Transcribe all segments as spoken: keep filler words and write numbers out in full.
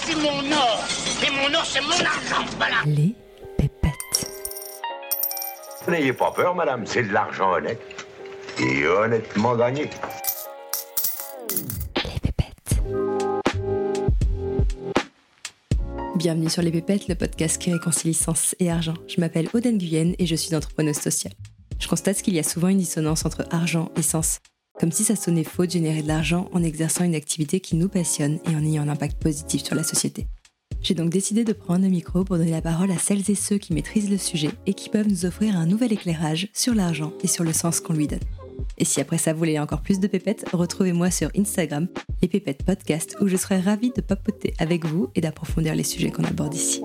suis mon or. Et mon or, c'est mon argent, voilà. Les pépettes. N'ayez pas peur, madame, c'est de l'argent honnête. Et honnêtement gagné. Les pépettes. Bienvenue sur Les Pépettes, le podcast qui réconcilie sens et argent. Je m'appelle Aude Nguyen et je suis entrepreneuse sociale. Je constate qu'il y a souvent une dissonance entre argent et sens. Comme si ça sonnait faux de générer de l'argent en exerçant une activité qui nous passionne et en ayant un impact positif sur la société. J'ai donc décidé de prendre le micro pour donner la parole à celles et ceux qui maîtrisent le sujet et qui peuvent nous offrir un nouvel éclairage sur l'argent et sur le sens qu'on lui donne. Et si après ça vous voulez encore plus de pépettes, retrouvez-moi sur Instagram, les pépettes podcast, où je serai ravie de papoter avec vous et d'approfondir les sujets qu'on aborde ici.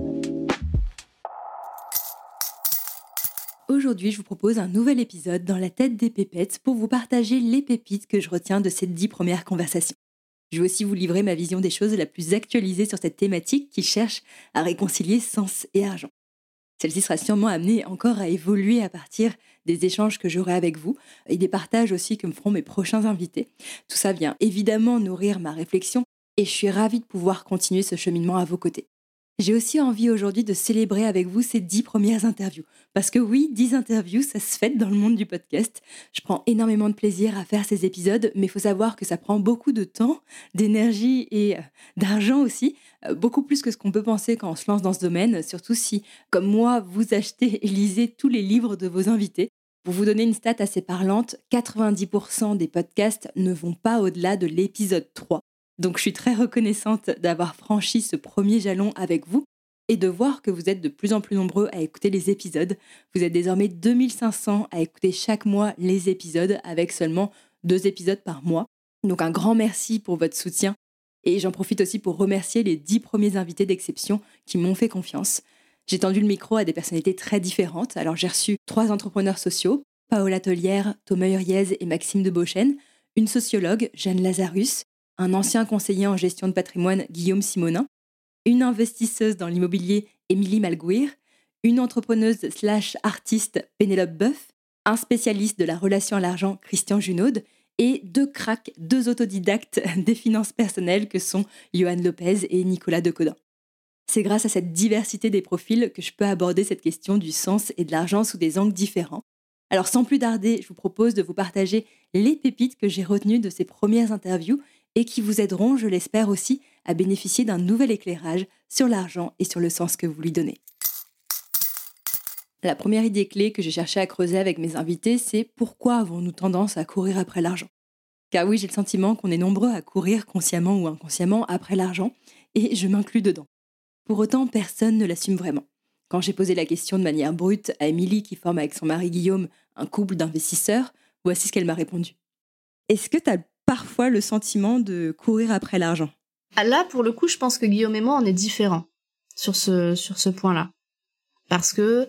Aujourd'hui, je vous propose un nouvel épisode dans la tête des pépettes pour vous partager les pépites que je retiens de ces dix premières conversations. Je vais aussi vous livrer ma vision des choses la plus actualisée sur cette thématique qui cherche à réconcilier sens et argent. Celle-ci sera sûrement amenée encore à évoluer à partir des échanges que j'aurai avec vous et des partages aussi que me feront mes prochains invités. Tout ça vient évidemment nourrir ma réflexion et je suis ravie de pouvoir continuer ce cheminement à vos côtés. J'ai aussi envie aujourd'hui de célébrer avec vous ces dix premières interviews. Parce que oui, dix interviews, ça se fête dans le monde du podcast. Je prends énormément de plaisir à faire ces épisodes, mais il faut savoir que ça prend beaucoup de temps, d'énergie et d'argent aussi. Beaucoup plus que ce qu'on peut penser quand on se lance dans ce domaine, surtout si, comme moi, vous achetez et lisez tous les livres de vos invités. Pour vous donner une stat assez parlante, quatre-vingt-dix pour cent des podcasts ne vont pas au-delà de l'épisode trois. Donc je suis très reconnaissante d'avoir franchi ce premier jalon avec vous et de voir que vous êtes de plus en plus nombreux à écouter les épisodes. Vous êtes désormais deux mille cinq cents à écouter chaque mois les épisodes avec seulement deux épisodes par mois. Donc un grand merci pour votre soutien et j'en profite aussi pour remercier les dix premiers invités d'exception qui m'ont fait confiance. J'ai tendu le micro à des personnalités très différentes. Alors j'ai reçu trois entrepreneurs sociaux, Paola Tolière, Thomas Huriez et Maxime de Beauchesne, une sociologue, Jeanne Lazarus, un ancien conseiller en gestion de patrimoine, Guillaume Simonin, une investisseuse dans l'immobilier, Émilie Malgouir, une entrepreneuse slash artiste, Pénélope Boeuf, un spécialiste de la relation à l'argent, Christian Junod, et deux cracks, deux autodidactes des finances personnelles que sont Johan Lopez et Nicolas Decodin. C'est grâce à cette diversité des profils que je peux aborder cette question du sens et de l'argent sous des angles différents. Alors sans plus tarder, je vous propose de vous partager les pépites que j'ai retenues de ces premières interviews et qui vous aideront, je l'espère aussi, à bénéficier d'un nouvel éclairage sur l'argent et sur le sens que vous lui donnez. La première idée clé que j'ai cherché à creuser avec mes invités, c'est pourquoi avons-nous tendance à courir après l'argent ? Car oui, j'ai le sentiment qu'on est nombreux à courir consciemment ou inconsciemment après l'argent, et je m'inclus dedans. Pour autant, personne ne l'assume vraiment. Quand j'ai posé la question de manière brute à Émilie, qui forme avec son mari Guillaume un couple d'investisseurs, voici ce qu'elle m'a répondu. Est-ce que tu as parfois le sentiment de courir après l'argent ? Là, pour le coup, je pense que Guillaume et moi, on est différents sur ce, sur ce point-là. Parce que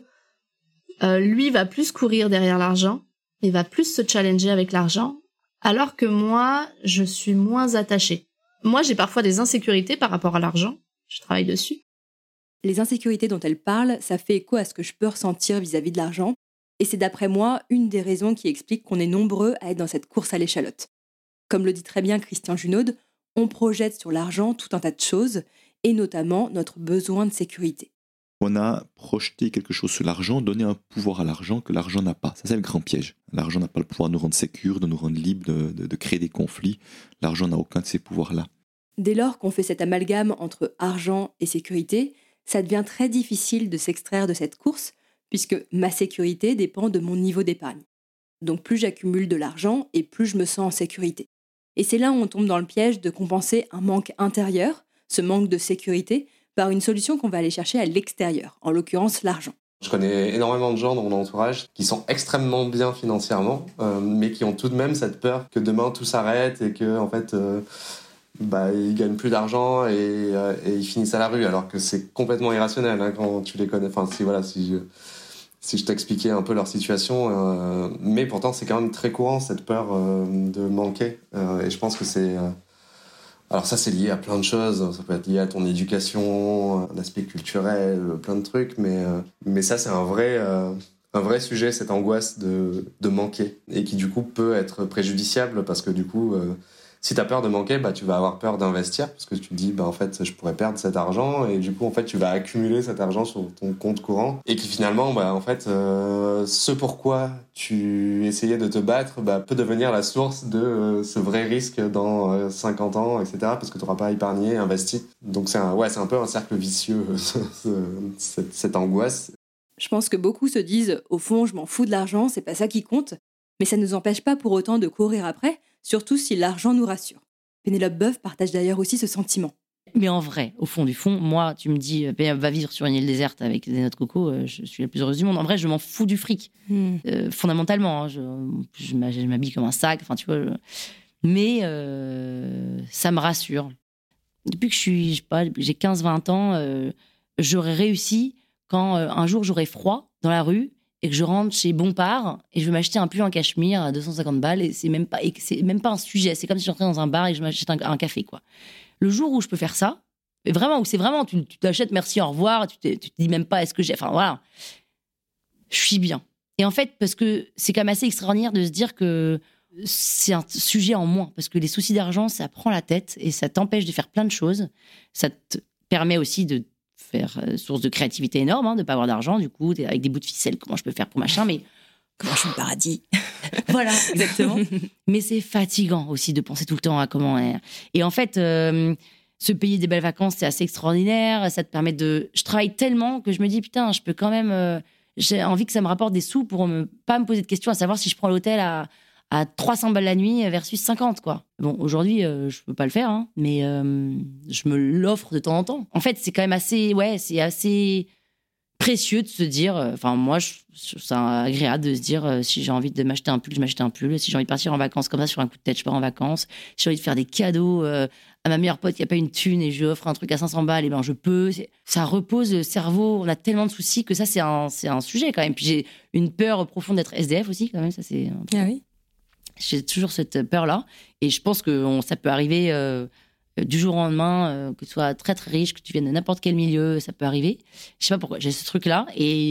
euh, lui va plus courir derrière l'argent, et va plus se challenger avec l'argent, alors que moi, je suis moins attachée. Moi, j'ai parfois des insécurités par rapport à l'argent, je travaille dessus. Les insécurités dont elle parle, ça fait écho à ce que je peux ressentir vis-à-vis de l'argent, et c'est d'après moi une des raisons qui explique qu'on est nombreux à être dans cette course à l'échalote. Comme le dit très bien Christian Junod, on projette sur l'argent tout un tas de choses, et notamment notre besoin de sécurité. On a projeté quelque chose sur l'argent, donné un pouvoir à l'argent que l'argent n'a pas. Ça, c'est le grand piège. L'argent n'a pas le pouvoir de nous rendre sécures, de nous rendre libres, de, de, de créer des conflits. L'argent n'a aucun de ces pouvoirs-là. Dès lors qu'on fait cet amalgame entre argent et sécurité, ça devient très difficile de s'extraire de cette course, puisque ma sécurité dépend de mon niveau d'épargne. Donc plus j'accumule de l'argent et plus je me sens en sécurité. Et c'est là où on tombe dans le piège de compenser un manque intérieur, ce manque de sécurité, par une solution qu'on va aller chercher à l'extérieur, en l'occurrence l'argent. Je connais énormément de gens dans mon entourage qui sont extrêmement bien financièrement, euh, mais qui ont tout de même cette peur que demain tout s'arrête et que en fait, euh, bah, ils gagnent plus d'argent et, euh, et ils finissent à la rue, alors que c'est complètement irrationnel hein, quand tu les connais. Enfin, si voilà, si je, si je t'expliquais un peu leur situation, euh, mais pourtant c'est quand même très courant cette peur euh, de manquer. Euh, et je pense que c'est euh, Alors ça, c'est lié à plein de choses. Ça peut être lié à ton éducation, un aspect culturel, plein de trucs. Mais, euh, mais ça, c'est un vrai, euh, un vrai sujet, cette angoisse de, de manquer. Et qui, du coup, peut être préjudiciable parce que, du coup, euh, Si tu as peur de manquer, bah, tu vas avoir peur d'investir parce que tu te dis, bah, en fait, je pourrais perdre cet argent et du coup, en fait, tu vas accumuler cet argent sur ton compte courant et qui finalement, bah, en fait, euh, ce pourquoi tu essayais de te battre bah, peut devenir la source de euh, ce vrai risque dans euh, cinquante ans, et cetera parce que tu n'auras pas épargné, investi. Donc, c'est un, ouais, c'est un peu un cercle vicieux, ce, ce, cette, cette angoisse. Je pense que beaucoup se disent, au fond, je m'en fous de l'argent, c'est pas ça qui compte. Mais ça ne nous empêche pas pour autant de courir après, surtout si l'argent nous rassure. Pénélope Boeuf partage d'ailleurs aussi ce sentiment. Mais en vrai, au fond du fond, moi, tu me dis, va vivre sur une île déserte avec des noix de coco, je suis la plus heureuse du monde. En vrai, je m'en fous du fric, mmh. euh, fondamentalement. Hein, je, je m'habille comme un sac, enfin, tu vois. Je... Mais euh, ça me rassure. Depuis que je suis, je sais pas, j'ai quinze vingt ans, euh, j'aurais réussi quand euh, un jour j'aurais froid dans la rue et que je rentre chez Bompard et je veux m'acheter un pull en cachemire à deux cent cinquante balles et c'est même pas, et c'est même pas un sujet. C'est comme si j'entrais dans un bar et que je m'achète un, un café, quoi. Le jour où je peux faire ça, vraiment, où c'est vraiment, tu, tu t'achètes, merci, au revoir, tu, tu te dis même pas est-ce que j'ai. Enfin, voilà. Je suis bien. Et en fait, parce que c'est quand même assez extraordinaire de se dire que c'est un sujet en moins. Parce que les soucis d'argent, ça prend la tête et ça t'empêche de faire plein de choses. Ça te permet aussi de faire euh, source de créativité énorme, hein, de ne pas avoir d'argent, du coup, avec des bouts de ficelle, comment je peux faire pour machin, mais comment je suis le paradis. Voilà, exactement. Mais c'est fatigant aussi de penser tout le temps à comment... Et en fait, euh, se payer des belles vacances, c'est assez extraordinaire. Ça te permet de... Je travaille tellement que je me dis, putain, je peux quand même... Euh... J'ai envie que ça me rapporte des sous pour ne pas me poser de questions, à savoir si je prends l'hôtel à, à trois cents balles la nuit versus cinquante, quoi. Bon, aujourd'hui, euh, je peux pas le faire, hein, mais euh, je me l'offre de temps en temps. En fait, c'est quand même assez... Ouais, c'est assez... précieux de se dire, enfin euh, moi je, je, c'est agréable de se dire euh, si j'ai envie de m'acheter un pull, je m'achète un pull, si j'ai envie de partir en vacances comme ça sur un coup de tête, je pars en vacances, si j'ai envie de faire des cadeaux euh, à ma meilleure pote qui a pas une thune et je lui offre un truc à cinq cents balles, et ben je peux, c'est, ça repose le cerveau, on a tellement de soucis que ça c'est un, c'est un sujet quand même. Puis j'ai une peur profonde d'être S D F aussi quand même, ça c'est ah oui, j'ai toujours cette peur là et je pense que on, ça peut arriver euh, du jour au lendemain, euh, que tu sois très très riche, que tu viennes de n'importe quel milieu, ça peut arriver. Je sais pas pourquoi, j'ai ce truc-là.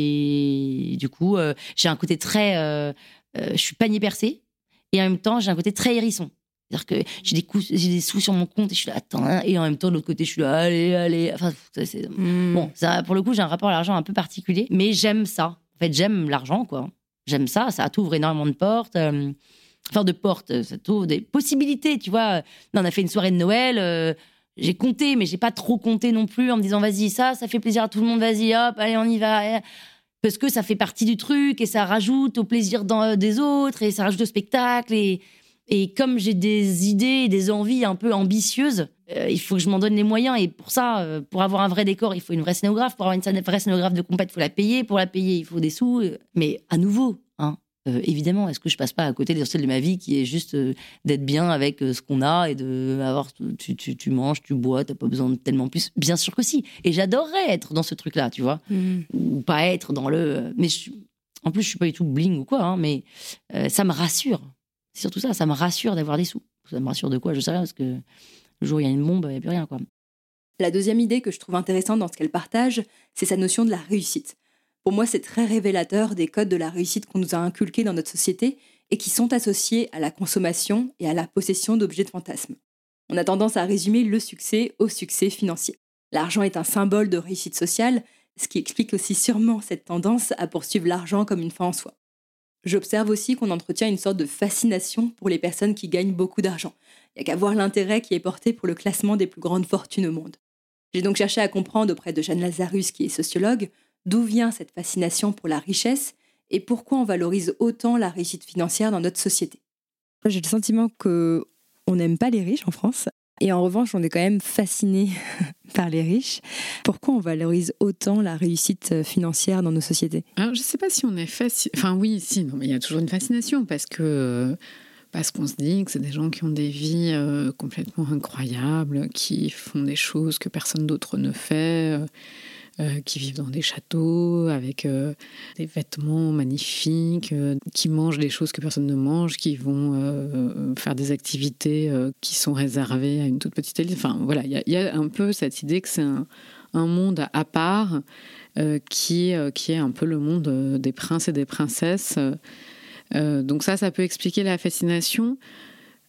Et du coup, euh, j'ai un côté très... Euh, euh, je suis panier percé. Et en même temps, j'ai un côté très hérisson. C'est-à-dire que j'ai des, coups, j'ai des sous sur mon compte et je suis là, attends. Hein, et en même temps, de l'autre côté, je suis là, allez, allez. Enfin, c'est... Mmh. Bon, ça, pour le coup, j'ai un rapport à l'argent un peu particulier. Mais j'aime ça. En fait, j'aime l'argent, quoi. J'aime ça. Ça t'ouvre énormément de portes. Euh, Enfin, de porte, ça t'ouvre des possibilités, tu vois. Là, on a fait une soirée de Noël, euh, j'ai compté, mais j'ai pas trop compté non plus en me disant, vas-y, ça, ça fait plaisir à tout le monde, vas-y, hop, allez, on y va. Parce que ça fait partie du truc et ça rajoute au plaisir dans, des autres et ça rajoute au spectacle. Et, et comme j'ai des idées et des envies un peu ambitieuses, euh, il faut que je m'en donne les moyens. Et pour ça, euh, pour avoir un vrai décor, il faut une vraie scénographe. Pour avoir une vraie scénographe de compète, il faut la payer. Pour la payer, il faut des sous. Mais à nouveau, hein. Euh, évidemment, est-ce que je passe pas à côté de l'essentiel de ma vie qui est juste euh, d'être bien avec euh, ce qu'on a et de avoir tu, tu, tu manges, tu bois, t'as pas besoin de tellement plus. Bien sûr que si. Et j'adorerais être dans ce truc-là, tu vois, mmh. ou pas être dans le. Mais je... en plus, je suis pas du tout bling ou quoi, hein, mais euh, ça me rassure. C'est surtout ça, ça me rassure d'avoir des sous. Ça me rassure de quoi? Je sais rien parce que le jour où il y a une bombe, il y a plus rien, quoi. La deuxième idée que je trouve intéressante dans ce qu'elle partage, c'est sa notion de la réussite. Pour moi, c'est très révélateur des codes de la réussite qu'on nous a inculqués dans notre société et qui sont associés à la consommation et à la possession d'objets de fantasme. On a tendance à résumer le succès au succès financier. L'argent est un symbole de réussite sociale, ce qui explique aussi sûrement cette tendance à poursuivre l'argent comme une fin en soi. J'observe aussi qu'on entretient une sorte de fascination pour les personnes qui gagnent beaucoup d'argent. Il n'y a qu'à voir l'intérêt qui est porté pour le classement des plus grandes fortunes au monde. J'ai donc cherché à comprendre auprès de Jeanne Lazarus, qui est sociologue, d'où vient cette fascination pour la richesse et pourquoi on valorise autant la réussite financière dans notre société. J'ai le sentiment qu'on n'aime pas les riches en France et en revanche, on est quand même fasciné par les riches. Pourquoi on valorise autant la réussite financière dans nos sociétés ? Alors, je ne sais pas si on est fasciné. Enfin oui, si, non, mais il y a toujours une fascination parce que... Parce qu'on se dit que c'est des gens qui ont des vies euh, complètement incroyables, qui font des choses que personne d'autre ne fait... Euh, Euh, qui vivent dans des châteaux avec euh, des vêtements magnifiques, euh, qui mangent des choses que personne ne mange, qui vont euh, faire des activités euh, qui sont réservées à une toute petite élite. Enfin, voilà, il y, y a un peu cette idée que c'est un, un monde à part euh, qui, euh, qui est un peu le monde des princes et des princesses. Euh, donc ça, ça peut expliquer la fascination.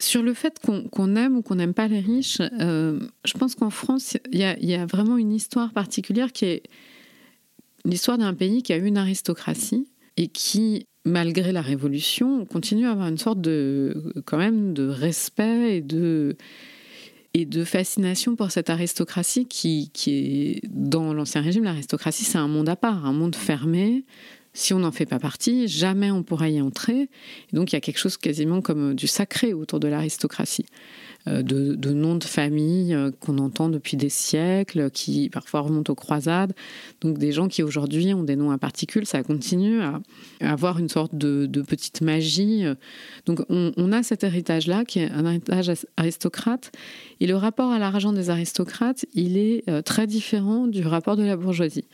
Sur le fait qu'on, qu'on aime ou qu'on n'aime pas les riches, euh, je pense qu'en France, il y a, y a vraiment une histoire particulière qui est l'histoire d'un pays qui a eu une aristocratie et qui, malgré la Révolution, continue à avoir une sorte de, quand même, de respect et de, et de fascination pour cette aristocratie qui, qui est, dans l'Ancien Régime, l'aristocratie, c'est un monde à part, un monde fermé. Si on n'en fait pas partie, jamais on pourra y entrer. Et donc, il y a quelque chose quasiment comme du sacré autour de l'aristocratie. Euh, de, de noms de famille euh, qu'on entend depuis des siècles, qui parfois remontent aux croisades. Donc, des gens qui, aujourd'hui, ont des noms à particules, ça continue à, à avoir une sorte de, de petite magie. Donc, on, on a cet héritage-là, qui est un héritage aristocrate. Et le rapport à l'argent des aristocrates, il est euh, très différent du rapport de la bourgeoisie.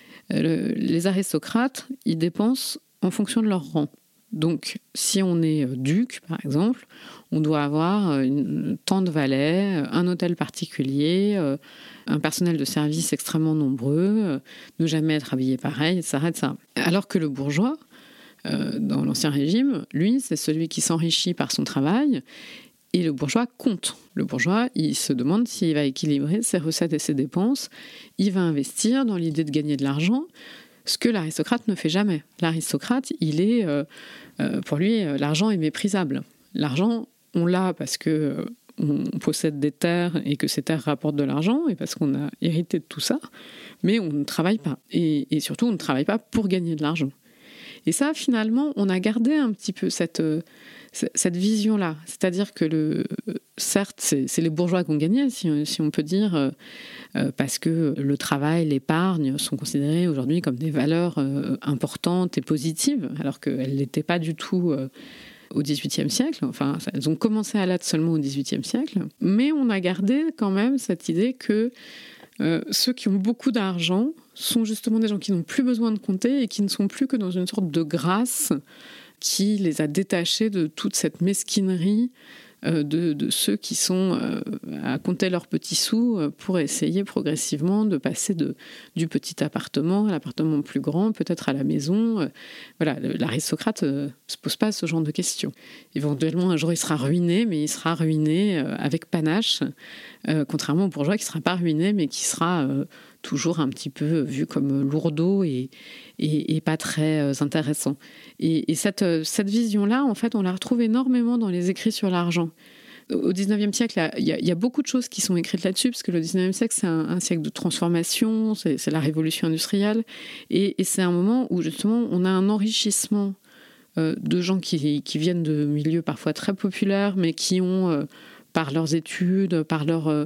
Le, les aristocrates, ils dépensent en fonction de leur rang. Donc, si on est duc, par exemple, on doit avoir une, tant de valets, un hôtel particulier, un personnel de service extrêmement nombreux, ne jamais être habillé pareil, et cetera, et cetera. Alors que le bourgeois, dans l'Ancien Régime, lui, c'est celui qui s'enrichit par son travail. Et le bourgeois compte. Le bourgeois, il se demande s'il va équilibrer ses recettes et ses dépenses. Il va investir dans l'idée de gagner de l'argent, ce que l'aristocrate ne fait jamais. L'aristocrate, il est, euh, euh, pour lui, euh, l'argent est méprisable. L'argent, on l'a parce que euh, on possède des terres et que ces terres rapportent de l'argent et parce qu'on a hérité de tout ça, mais on ne travaille pas. Et, et surtout, on ne travaille pas pour gagner de l'argent. Et ça, finalement, on a gardé un petit peu cette... Euh, cette vision-là, c'est-à-dire que le, certes, c'est, c'est les bourgeois qui ont gagné, si, si on peut dire, euh, parce que le travail, l'épargne sont considérés aujourd'hui comme des valeurs euh, importantes et positives, alors qu'elles ne l'étaient pas du tout euh, au dix-huitième siècle. Enfin, elles ont commencé à l'être seulement au dix-huitième siècle, mais on a gardé quand même cette idée que euh, ceux qui ont beaucoup d'argent sont justement des gens qui n'ont plus besoin de compter et qui ne sont plus que dans une sorte de grâce qui les a détachés de toute cette mesquinerie euh, de, de ceux qui sont euh, à compter leurs petits sous pour essayer progressivement de passer de, du petit appartement à l'appartement plus grand, peut-être à la maison. Euh, voilà, l'aristocrate ne euh, se pose pas ce genre de questions. Éventuellement, un jour, il sera ruiné, mais il sera ruiné euh, avec panache, euh, contrairement au bourgeois qui ne sera pas ruiné, mais qui sera... Euh, toujours un petit peu vu comme lourdeau et, et, et pas très euh, intéressant. Et, et cette, cette vision-là, en fait, on la retrouve énormément dans les écrits sur l'argent. Au dix-neuvième siècle, il y, y a beaucoup de choses qui sont écrites là-dessus, parce que le dix-neuvième siècle, c'est un, un siècle de transformation, c'est, c'est la révolution industrielle, et, et c'est un moment où, justement, on a un enrichissement euh, de gens qui, qui viennent de milieux parfois très populaires, mais qui ont, euh, par leurs études, par leur... Euh,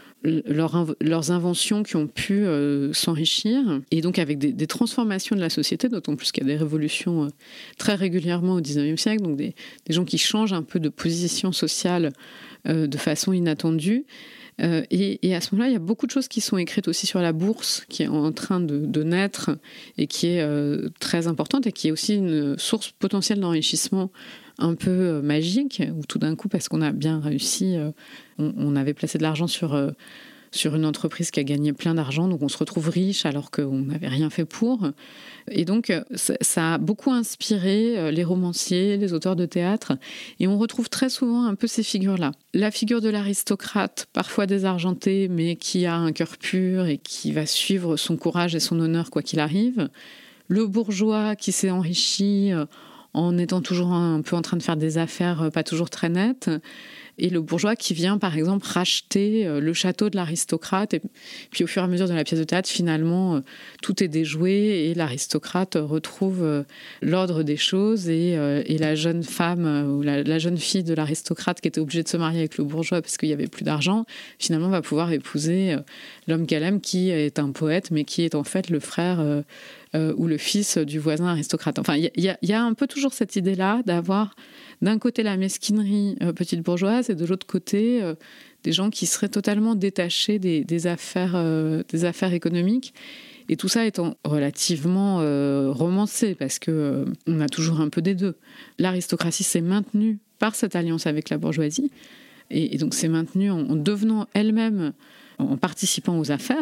Leur, leurs inventions qui ont pu euh, s'enrichir, et donc avec des, des transformations de la société, d'autant plus qu'il y a des révolutions euh, très régulièrement au dix-neuvième siècle, donc des, des gens qui changent un peu de position sociale euh, de façon inattendue. Euh, et, et à ce moment-là, il y a beaucoup de choses qui sont écrites aussi sur la bourse, qui est en train de, de naître et qui est euh, très importante et qui est aussi une source potentielle d'enrichissement un peu magique, où tout d'un coup, parce qu'on a bien réussi, euh, on, on avait placé de l'argent sur, euh, sur une entreprise qui a gagné plein d'argent, donc on se retrouve riche alors qu'on n'avait rien fait pour. Et donc, ça, ça a beaucoup inspiré euh, les romanciers, les auteurs de théâtre, et on retrouve très souvent un peu ces figures-là. La figure de l'aristocrate, parfois désargenté, mais qui a un cœur pur et qui va suivre son courage et son honneur quoi qu'il arrive. Le bourgeois qui s'est enrichi euh, en étant toujours un peu en train de faire des affaires pas toujours très nettes, et le bourgeois qui vient, par exemple, racheter le château de l'aristocrate, et puis au fur et à mesure de la pièce de théâtre, finalement, tout est déjoué, et l'aristocrate retrouve l'ordre des choses, et, et la jeune femme, ou la, la jeune fille de l'aristocrate qui était obligée de se marier avec le bourgeois parce qu'il n'y avait plus d'argent, finalement va pouvoir épouser l'homme qu'elle aime, qui est un poète, mais qui est en fait le frère... Euh, ou le fils du voisin aristocrate. Enfin, il y, y, y a un peu toujours cette idée-là d'avoir d'un côté la mesquinerie euh, petite bourgeoise et de l'autre côté euh, des gens qui seraient totalement détachés des, des, affaires, euh, des affaires économiques. Et tout ça étant relativement euh, romancé, parce qu'on euh, a toujours un peu des deux. L'aristocratie s'est maintenue par cette alliance avec la bourgeoisie, et, et donc s'est maintenue en, en devenant elle-même, en participant aux affaires.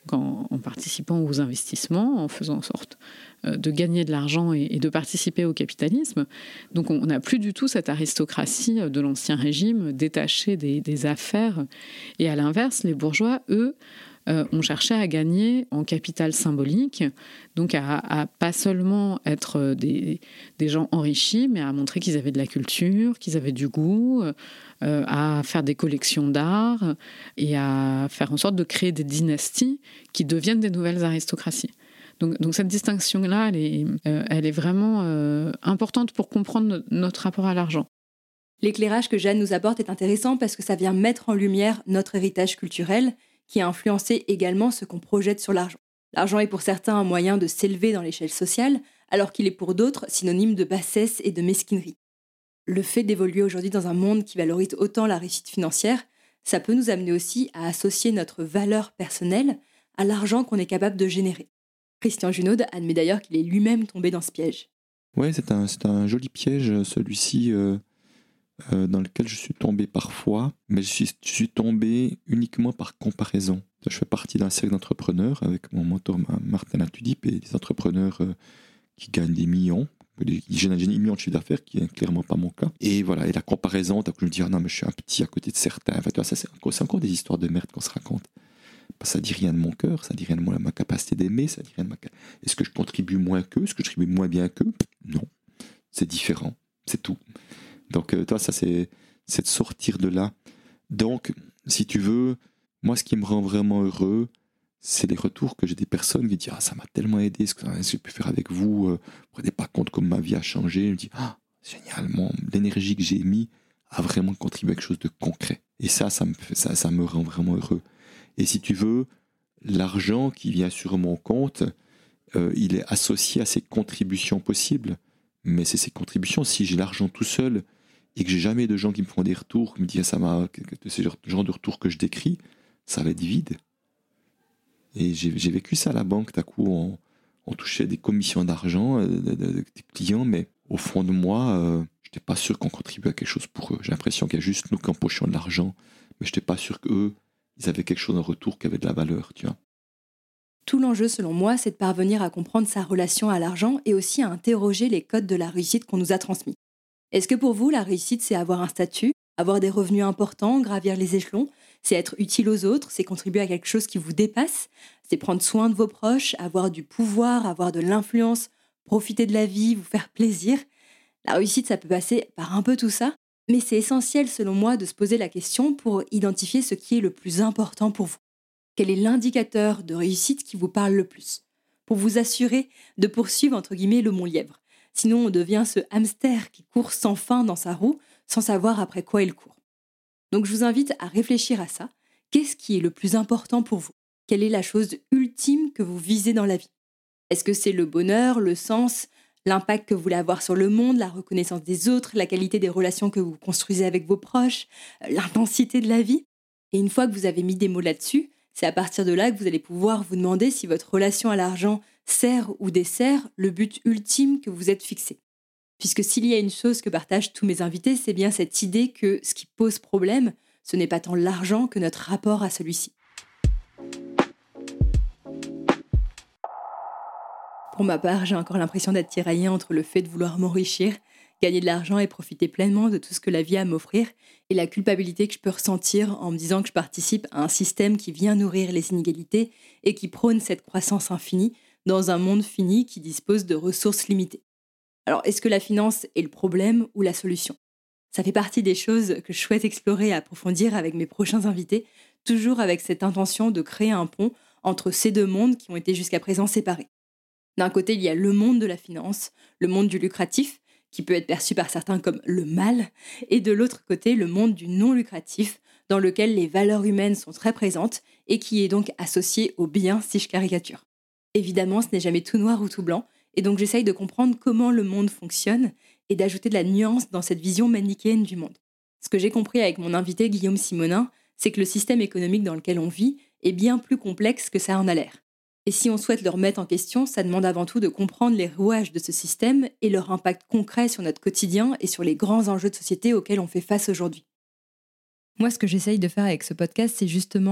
en, en participant aux investissements, en faisant en sorte euh, de gagner de l'argent et, et de participer au capitalisme. Donc on n'a plus du tout cette aristocratie de l'ancien régime détachée des, des affaires. Et à l'inverse, les bourgeois, eux, euh, ont cherché à gagner en capital symbolique, donc à, à pas seulement être des, des gens enrichis, mais à montrer qu'ils avaient de la culture, qu'ils avaient du goût, euh, à faire des collections d'art et à faire en sorte de créer des dynasties qui deviennent des nouvelles aristocraties. Donc, donc cette distinction-là, elle est, euh, elle est vraiment euh, importante pour comprendre no- notre rapport à l'argent. L'éclairage que Jeanne nous apporte est intéressant parce que ça vient mettre en lumière notre héritage culturel qui a influencé également ce qu'on projette sur l'argent. L'argent est pour certains un moyen de s'élever dans l'échelle sociale, alors qu'il est pour d'autres synonyme de bassesse et de mesquinerie. Le fait d'évoluer aujourd'hui dans un monde qui valorise autant la réussite financière, ça peut nous amener aussi à associer notre valeur personnelle à l'argent qu'on est capable de générer. Christian Junod admet d'ailleurs qu'il est lui-même tombé dans ce piège. Ouais, c'est un, c'est un joli piège, celui-ci, euh, euh, dans lequel je suis tombé parfois, mais je suis, je suis tombé uniquement par comparaison. Je fais partie d'un cercle d'entrepreneurs avec mon mentor Martin Latudip et des entrepreneurs euh, qui gagnent des millions, qui génèrent des millions de chiffre d'affaires, qui n'est clairement pas mon cas. Et voilà, et la comparaison, je me dis, ah non, mais je suis un petit à côté de certains. Enfin, tu vois, ça, c'est, encore, c'est encore des histoires de merde qu'on se raconte. Ça ne dit rien de mon cœur, ça ne dit rien de moi, ma capacité d'aimer, ça dit rien de ma... Est-ce que je contribue moins qu'eux? Est-ce que je contribue moins bien qu'eux? Non, c'est différent, c'est tout. Donc, euh, toi, ça, c'est, c'est de sortir de là. Donc, si tu veux, moi, ce qui me rend vraiment heureux, c'est les retours que j'ai des personnes qui disent « Ah, ça m'a tellement aidé, ce que j'ai pu faire avec vous, euh, vous ne vous rendez pas compte comme ma vie a changé. » Je me dis « Ah, génialement, l'énergie que j'ai mis a vraiment contribué à quelque chose de concret. » Et ça, ça me, fait, ça, ça me rend vraiment heureux. Et si tu veux, l'argent qui vient sur mon compte, euh, il est associé à ces contributions possibles. Mais c'est ces contributions. Si j'ai l'argent tout seul et que j'ai jamais de gens qui me font des retours, qui me disent ça m'a, c'est le genre de retour que je décris, ça va être vide. Et j'ai, j'ai vécu ça à la banque. D'un coup, on, on touchait des commissions d'argent euh, de, de, de, des clients, mais au fond de moi, euh, je n'étais pas sûr qu'on contribuait à quelque chose pour eux. J'ai l'impression qu'il y a juste nous qui empochions de l'argent, mais je n'étais pas sûr qu'eux, ils avaient quelque chose en retour qui avait de la valeur, tu vois. Tout l'enjeu, selon moi, c'est de parvenir à comprendre sa relation à l'argent et aussi à interroger les codes de la réussite qu'on nous a transmis. Est-ce que pour vous, la réussite, c'est avoir un statut, avoir des revenus importants, gravir les échelons, c'est être utile aux autres, c'est contribuer à quelque chose qui vous dépasse, c'est prendre soin de vos proches, avoir du pouvoir, avoir de l'influence, profiter de la vie, vous faire plaisir? La réussite, ça peut passer par un peu tout ça, mais c'est essentiel, selon moi, de se poser la question pour identifier ce qui est le plus important pour vous. Quel est l'indicateur de réussite qui vous parle le plus? Pour vous assurer de poursuivre, entre guillemets, le Mont-Lièvre. Sinon, on devient ce hamster qui court sans fin dans sa roue, sans savoir après quoi il court. Donc, je vous invite à réfléchir à ça. Qu'est-ce qui est le plus important pour vous? Quelle est la chose ultime que vous visez dans la vie? Est-ce que c'est le bonheur, le sens, l'impact que vous voulez avoir sur le monde, la reconnaissance des autres, la qualité des relations que vous construisez avec vos proches, l'intensité de la vie? Et une fois que vous avez mis des mots là-dessus, c'est à partir de là que vous allez pouvoir vous demander si votre relation à l'argent sert ou dessert le but ultime que vous êtes fixé. Puisque s'il y a une chose que partagent tous mes invités, c'est bien cette idée que ce qui pose problème, ce n'est pas tant l'argent que notre rapport à celui-ci. Pour ma part, j'ai encore l'impression d'être tiraillée entre le fait de vouloir m'enrichir, gagner de l'argent et profiter pleinement de tout ce que la vie a à m'offrir, et la culpabilité que je peux ressentir en me disant que je participe à un système qui vient nourrir les inégalités et qui prône cette croissance infinie dans un monde fini qui dispose de ressources limitées. Alors, est-ce que la finance est le problème ou la solution? Ça fait partie des choses que je souhaite explorer et approfondir avec mes prochains invités, toujours avec cette intention de créer un pont entre ces deux mondes qui ont été jusqu'à présent séparés. D'un côté, il y a le monde de la finance, le monde du lucratif, qui peut être perçu par certains comme le mal, et de l'autre côté, le monde du non-lucratif, dans lequel les valeurs humaines sont très présentes et qui est donc associé au bien si je caricature. Évidemment, ce n'est jamais tout noir ou tout blanc, et donc j'essaye de comprendre comment le monde fonctionne et d'ajouter de la nuance dans cette vision manichéenne du monde. Ce que j'ai compris avec mon invité Guillaume Simonin, c'est que le système économique dans lequel on vit est bien plus complexe que ça en a l'air. Et si on souhaite le remettre en question, ça demande avant tout de comprendre les rouages de ce système et leur impact concret sur notre quotidien et sur les grands enjeux de société auxquels on fait face aujourd'hui. Moi, ce que j'essaye de faire avec ce podcast, c'est justement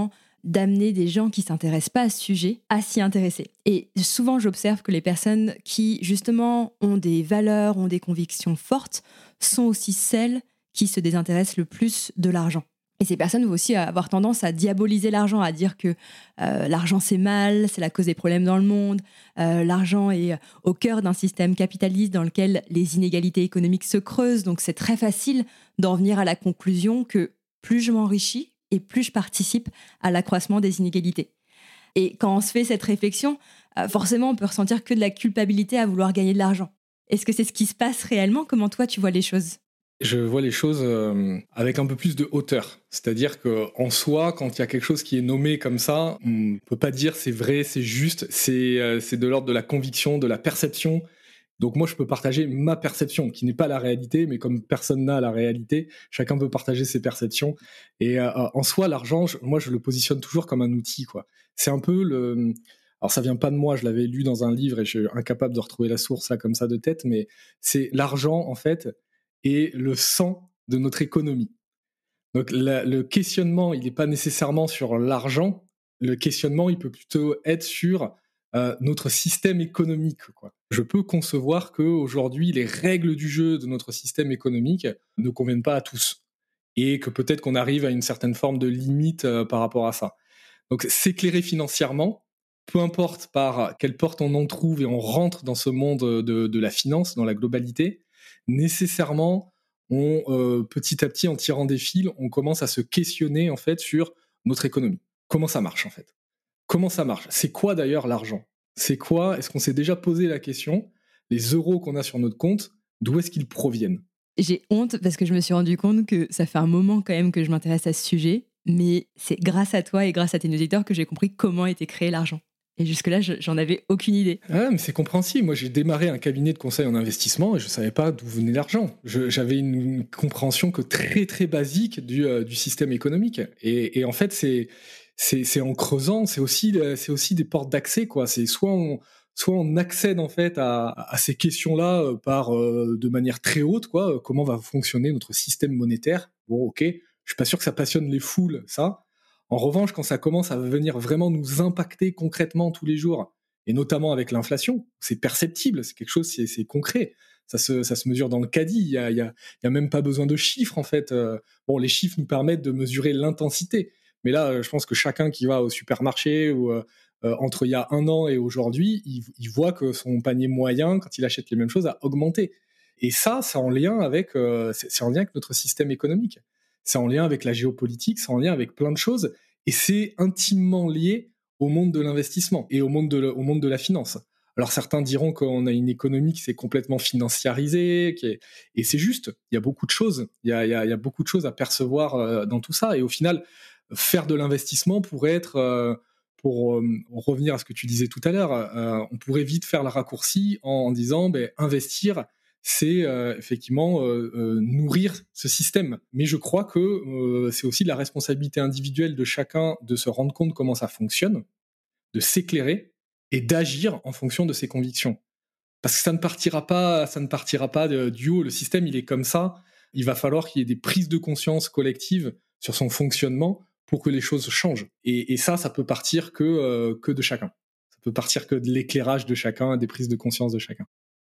d'amener des gens qui ne s'intéressent pas à ce sujet à s'y intéresser. Et souvent, j'observe que les personnes qui, justement, ont des valeurs, ont des convictions fortes, sont aussi celles qui se désintéressent le plus de l'argent. Et ces personnes vont aussi avoir tendance à diaboliser l'argent, à dire que euh, l'argent c'est mal, c'est la cause des problèmes dans le monde, euh, l'argent est au cœur d'un système capitaliste dans lequel les inégalités économiques se creusent, donc c'est très facile d'en venir à la conclusion que plus je m'enrichis et plus je participe à l'accroissement des inégalités. Et quand on se fait cette réflexion, euh, forcément on peut ressentir que de la culpabilité à vouloir gagner de l'argent. Est-ce que c'est ce qui se passe réellement ? Comment toi tu vois les choses ? Je vois les choses euh, avec un peu plus de hauteur. C'est-à-dire qu'en soi, quand il y a quelque chose qui est nommé comme ça, on ne peut pas dire c'est vrai, c'est juste, c'est, euh, c'est de l'ordre de la conviction, de la perception. Donc moi, je peux partager ma perception, qui n'est pas la réalité, mais comme personne n'a la réalité, chacun peut partager ses perceptions. Et euh, en soi, l'argent, je, moi, je le positionne toujours comme un outil, quoi. C'est un peu le... Alors ça vient pas de moi, je l'avais lu dans un livre et je suis incapable de retrouver la source là comme ça de tête, mais c'est l'argent, en fait, et le sang de notre économie. Donc la, le questionnement, il n'est pas nécessairement sur l'argent, le questionnement, il peut plutôt être sur euh, notre système économique, quoi. Je peux concevoir qu'aujourd'hui, les règles du jeu de notre système économique ne conviennent pas à tous, et que peut-être qu'on arrive à une certaine forme de limite euh, par rapport à ça. Donc s'éclairer financièrement, peu importe par quelle porte on en trouve et on rentre dans ce monde de, de la finance, dans la globalité, nécessairement, on, euh, petit à petit, en tirant des fils, on commence à se questionner en fait sur notre économie. Comment ça marche en fait ? Comment ça marche ? C'est quoi d'ailleurs l'argent ? C'est quoi ? Est-ce qu'on s'est déjà posé la question ? Les euros qu'on a sur notre compte, d'où est-ce qu'ils proviennent ? J'ai honte parce que je me suis rendu compte que ça fait un moment quand même que je m'intéresse à ce sujet, mais c'est grâce à toi et grâce à tes auditeurs que j'ai compris comment était créé l'argent. Et jusque-là, je, j'en avais aucune idée. Ah, mais c'est compréhensible. Moi, j'ai démarré un cabinet de conseil en investissement et je ne savais pas d'où venait l'argent. Je, j'avais une, une compréhension que très, très basique du, euh, du système économique. Et, et en fait, c'est, c'est, c'est en creusant, c'est aussi, c'est aussi des portes d'accès, quoi. C'est soit on, soit on accède en fait à, à ces questions-là par, euh, de manière très haute, quoi. Comment va fonctionner notre système monétaire ? Bon, ok, je ne suis pas sûr que ça passionne les foules, ça. En revanche, quand ça commence à venir vraiment nous impacter concrètement tous les jours, et notamment avec l'inflation, c'est perceptible, c'est quelque chose, c'est, c'est concret. Ça se, ça se mesure dans le caddie. Il y a, il y a, il y a même pas besoin de chiffres en fait. Euh, bon, les chiffres nous permettent de mesurer l'intensité, mais là, je pense que chacun qui va au supermarché ou euh, entre il y a un an et aujourd'hui, il, il voit que son panier moyen, quand il achète les mêmes choses, a augmenté. Et ça, c'est en lien avec, euh, c'est, c'est en lien avec notre système économique. C'est en lien avec la géopolitique, c'est en lien avec plein de choses, et c'est intimement lié au monde de l'investissement et au monde de, au monde de la finance. Alors certains diront qu'on a une économie qui s'est complètement financiarisée, qui est... et c'est juste, il y a beaucoup de choses, il y a, il y a, il y a beaucoup de choses à percevoir euh, dans tout ça, et au final, faire de l'investissement pourrait être, euh, pour euh, revenir à ce que tu disais tout à l'heure, euh, on pourrait vite faire le raccourci en, en disant, ben, investir, c'est euh, effectivement euh, euh, nourrir ce système. Mais je crois que euh, c'est aussi de la responsabilité individuelle de chacun de se rendre compte comment ça fonctionne, de s'éclairer et d'agir en fonction de ses convictions. Parce que ça ne partira pas, ça ne partira pas de, du haut. Le système, il est comme ça. Il va falloir qu'il y ait des prises de conscience collectives sur son fonctionnement pour que les choses changent. Et, et ça, ça peut partir que, euh, que de chacun. Ça peut partir que de l'éclairage de chacun, des prises de conscience de chacun.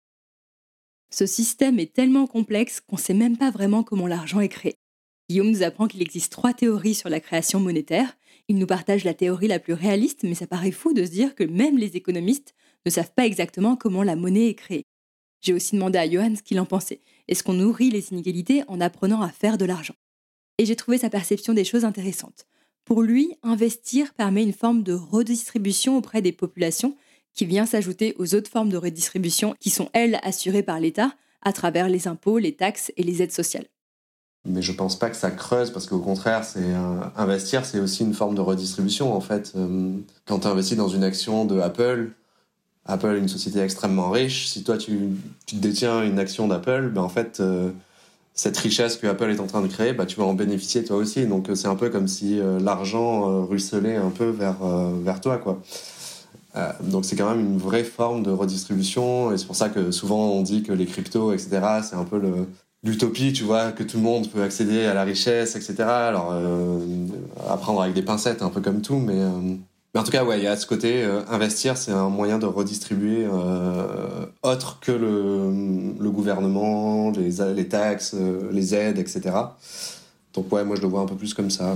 Ce système est tellement complexe qu'on ne sait même pas vraiment comment l'argent est créé. Guillaume nous apprend qu'il existe trois théories sur la création monétaire. Il nous partage la théorie la plus réaliste, mais ça paraît fou de se dire que même les économistes ne savent pas exactement comment la monnaie est créée. J'ai aussi demandé à Johan ce qu'il en pensait. Est-ce qu'on nourrit les inégalités en apprenant à faire de l'argent ? Et j'ai trouvé sa perception des choses intéressante. Pour lui, investir permet une forme de redistribution auprès des populations qui vient s'ajouter aux autres formes de redistribution qui sont, elles, assurées par l'État à travers les impôts, les taxes et les aides sociales. Mais je pense pas que ça creuse, parce qu'au contraire, c'est euh, investir, c'est aussi une forme de redistribution, en fait. Euh, quand tu investis dans une action de Apple, Apple est une société extrêmement riche. Si toi, tu, tu détiens une action d'Apple, ben en fait, euh, cette richesse que Apple est en train de créer, ben, tu vas en bénéficier toi aussi. Donc, c'est un peu comme si euh, l'argent euh, ruisselait un peu vers, euh, vers toi, quoi. Euh, donc c'est quand même une vraie forme de redistribution, et c'est pour ça que souvent on dit que les cryptos, et cetera, c'est un peu le, l'utopie, tu vois, que tout le monde peut accéder à la richesse, et cetera. Alors, euh, à prendre avec des pincettes, un peu comme tout, mais, euh, mais en tout cas, ouais, il y a ce côté, euh, investir, c'est un moyen de redistribuer euh, autre que le, le gouvernement, les, les taxes, euh, les aides, et cetera. Donc ouais, moi je le vois un peu plus comme ça.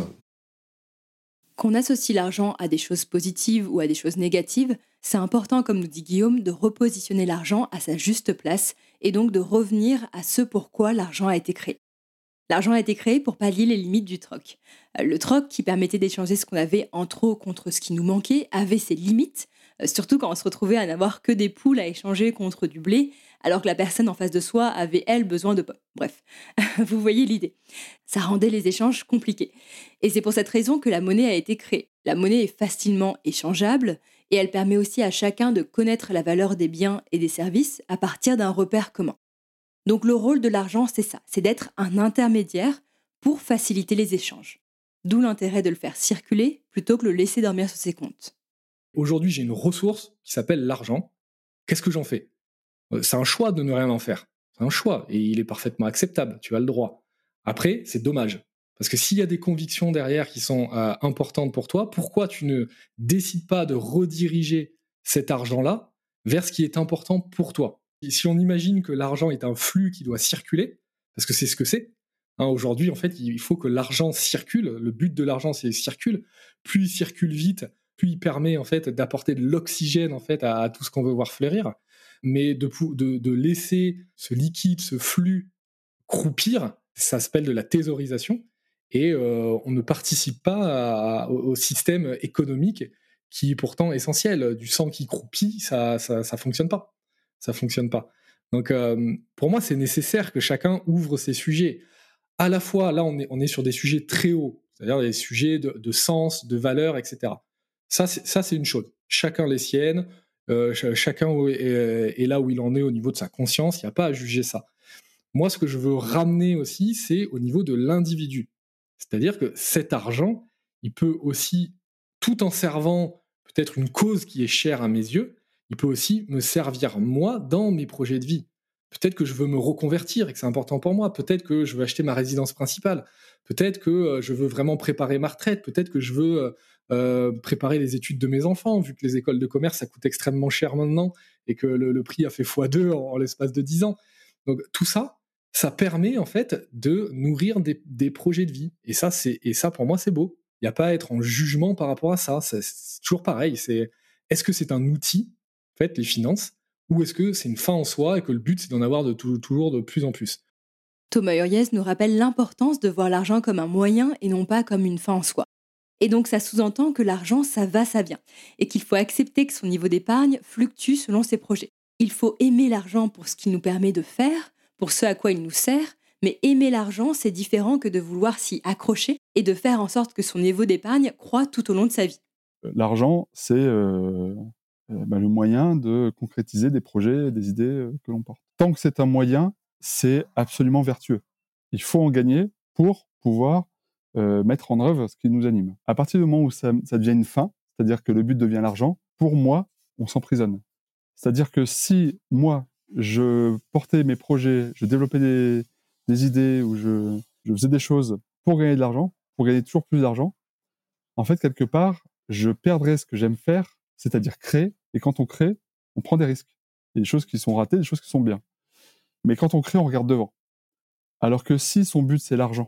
Qu'on associe l'argent à des choses positives ou à des choses négatives, c'est important, comme nous dit Guillaume, de repositionner l'argent à sa juste place et donc de revenir à ce pourquoi l'argent a été créé. L'argent a été créé pour pallier les limites du troc. Le troc, qui permettait d'échanger ce qu'on avait en trop contre ce qui nous manquait, avait ses limites, surtout quand on se retrouvait à n'avoir que des poules à échanger contre du blé, alors que la personne en face de soi avait, elle, besoin de pommes. Bref, vous voyez l'idée. Ça rendait les échanges compliqués. Et c'est pour cette raison que la monnaie a été créée. La monnaie est facilement échangeable et elle permet aussi à chacun de connaître la valeur des biens et des services à partir d'un repère commun. Donc le rôle de l'argent, c'est ça, c'est d'être un intermédiaire pour faciliter les échanges. D'où l'intérêt de le faire circuler plutôt que de le laisser dormir sur ses comptes. Aujourd'hui, j'ai une ressource qui s'appelle l'argent. Qu'est-ce que j'en fais ? C'est un choix de ne rien en faire. C'est un choix et il est parfaitement acceptable, tu as le droit. Après, c'est dommage. Parce que s'il y a des convictions derrière qui sont euh, importantes pour toi, pourquoi tu ne décides pas de rediriger cet argent-là vers ce qui est important pour toi ? Et si on imagine que l'argent est un flux qui doit circuler, parce que c'est ce que c'est, hein, aujourd'hui, en fait, il faut que l'argent circule. Le but de l'argent, c'est qu'il circule. Plus il circule vite, plus il permet en fait, d'apporter de l'oxygène en fait, à, à tout ce qu'on veut voir fleurir. Mais de, de, de laisser ce liquide, ce flux croupir, ça s'appelle de la thésaurisation. Et euh, on ne participe pas à, au, au système économique qui est pourtant essentiel. Du sang qui croupit, ça ça, ça fonctionne pas. Ça fonctionne pas. Donc, euh, pour moi, c'est nécessaire que chacun ouvre ses sujets. À la fois, là, on est, on est sur des sujets très hauts, c'est-à-dire des sujets de, de sens, de valeur, et cetera. Ça, c'est, ça, c'est une chose. Chacun les siennes, euh, ch- chacun est, est là où il en est au niveau de sa conscience, il n'y a pas à juger ça. Moi, ce que je veux ramener aussi, c'est au niveau de l'individu. C'est-à-dire que cet argent, il peut aussi, tout en servant peut-être une cause qui est chère à mes yeux, il peut aussi me servir, moi, dans mes projets de vie. Peut-être que je veux me reconvertir et que c'est important pour moi. Peut-être que je veux acheter ma résidence principale. Peut-être que je veux vraiment préparer ma retraite. Peut-être que je veux euh, préparer les études de mes enfants, vu que les écoles de commerce, ça coûte extrêmement cher maintenant et que le, le prix a fait fois deux en, en l'espace de dix ans. Donc tout ça, ça permet en fait de nourrir des, des projets de vie. Et ça, c'est, et ça, pour moi, c'est beau. Il n'y a pas à être en jugement par rapport à ça. C'est, c'est toujours pareil. C'est, est-ce que c'est un outil, en fait, les finances, ou est-ce que c'est une fin en soi et que le but, c'est d'en avoir de tout, toujours de plus en plus ? Thomas Uriez nous rappelle l'importance de voir l'argent comme un moyen et non pas comme une fin en soi. Et donc ça sous-entend que l'argent, ça va, ça vient, et qu'il faut accepter que son niveau d'épargne fluctue selon ses projets. Il faut aimer l'argent pour ce qu'il nous permet de faire, pour ce à quoi il nous sert, mais aimer l'argent, c'est différent que de vouloir s'y accrocher et de faire en sorte que son niveau d'épargne croît tout au long de sa vie. L'argent, c'est euh, euh, bah, le moyen de concrétiser des projets, des idées euh, que l'on porte. Tant que c'est un moyen, c'est absolument vertueux. Il faut en gagner pour pouvoir euh, mettre en œuvre ce qui nous anime. À partir du moment où ça, ça devient une fin, c'est-à-dire que le but devient l'argent, pour moi, on s'emprisonne. C'est-à-dire que si moi, je portais mes projets, je développais des, des idées ou je, je faisais des choses pour gagner de l'argent, pour gagner toujours plus d'argent, en fait, quelque part, je perdrais ce que j'aime faire, c'est-à-dire créer. Et quand on crée, on prend des risques. Il y a des choses qui sont ratées, des choses qui sont bien. Mais quand on crée, on regarde devant. Alors que si son but, c'est l'argent,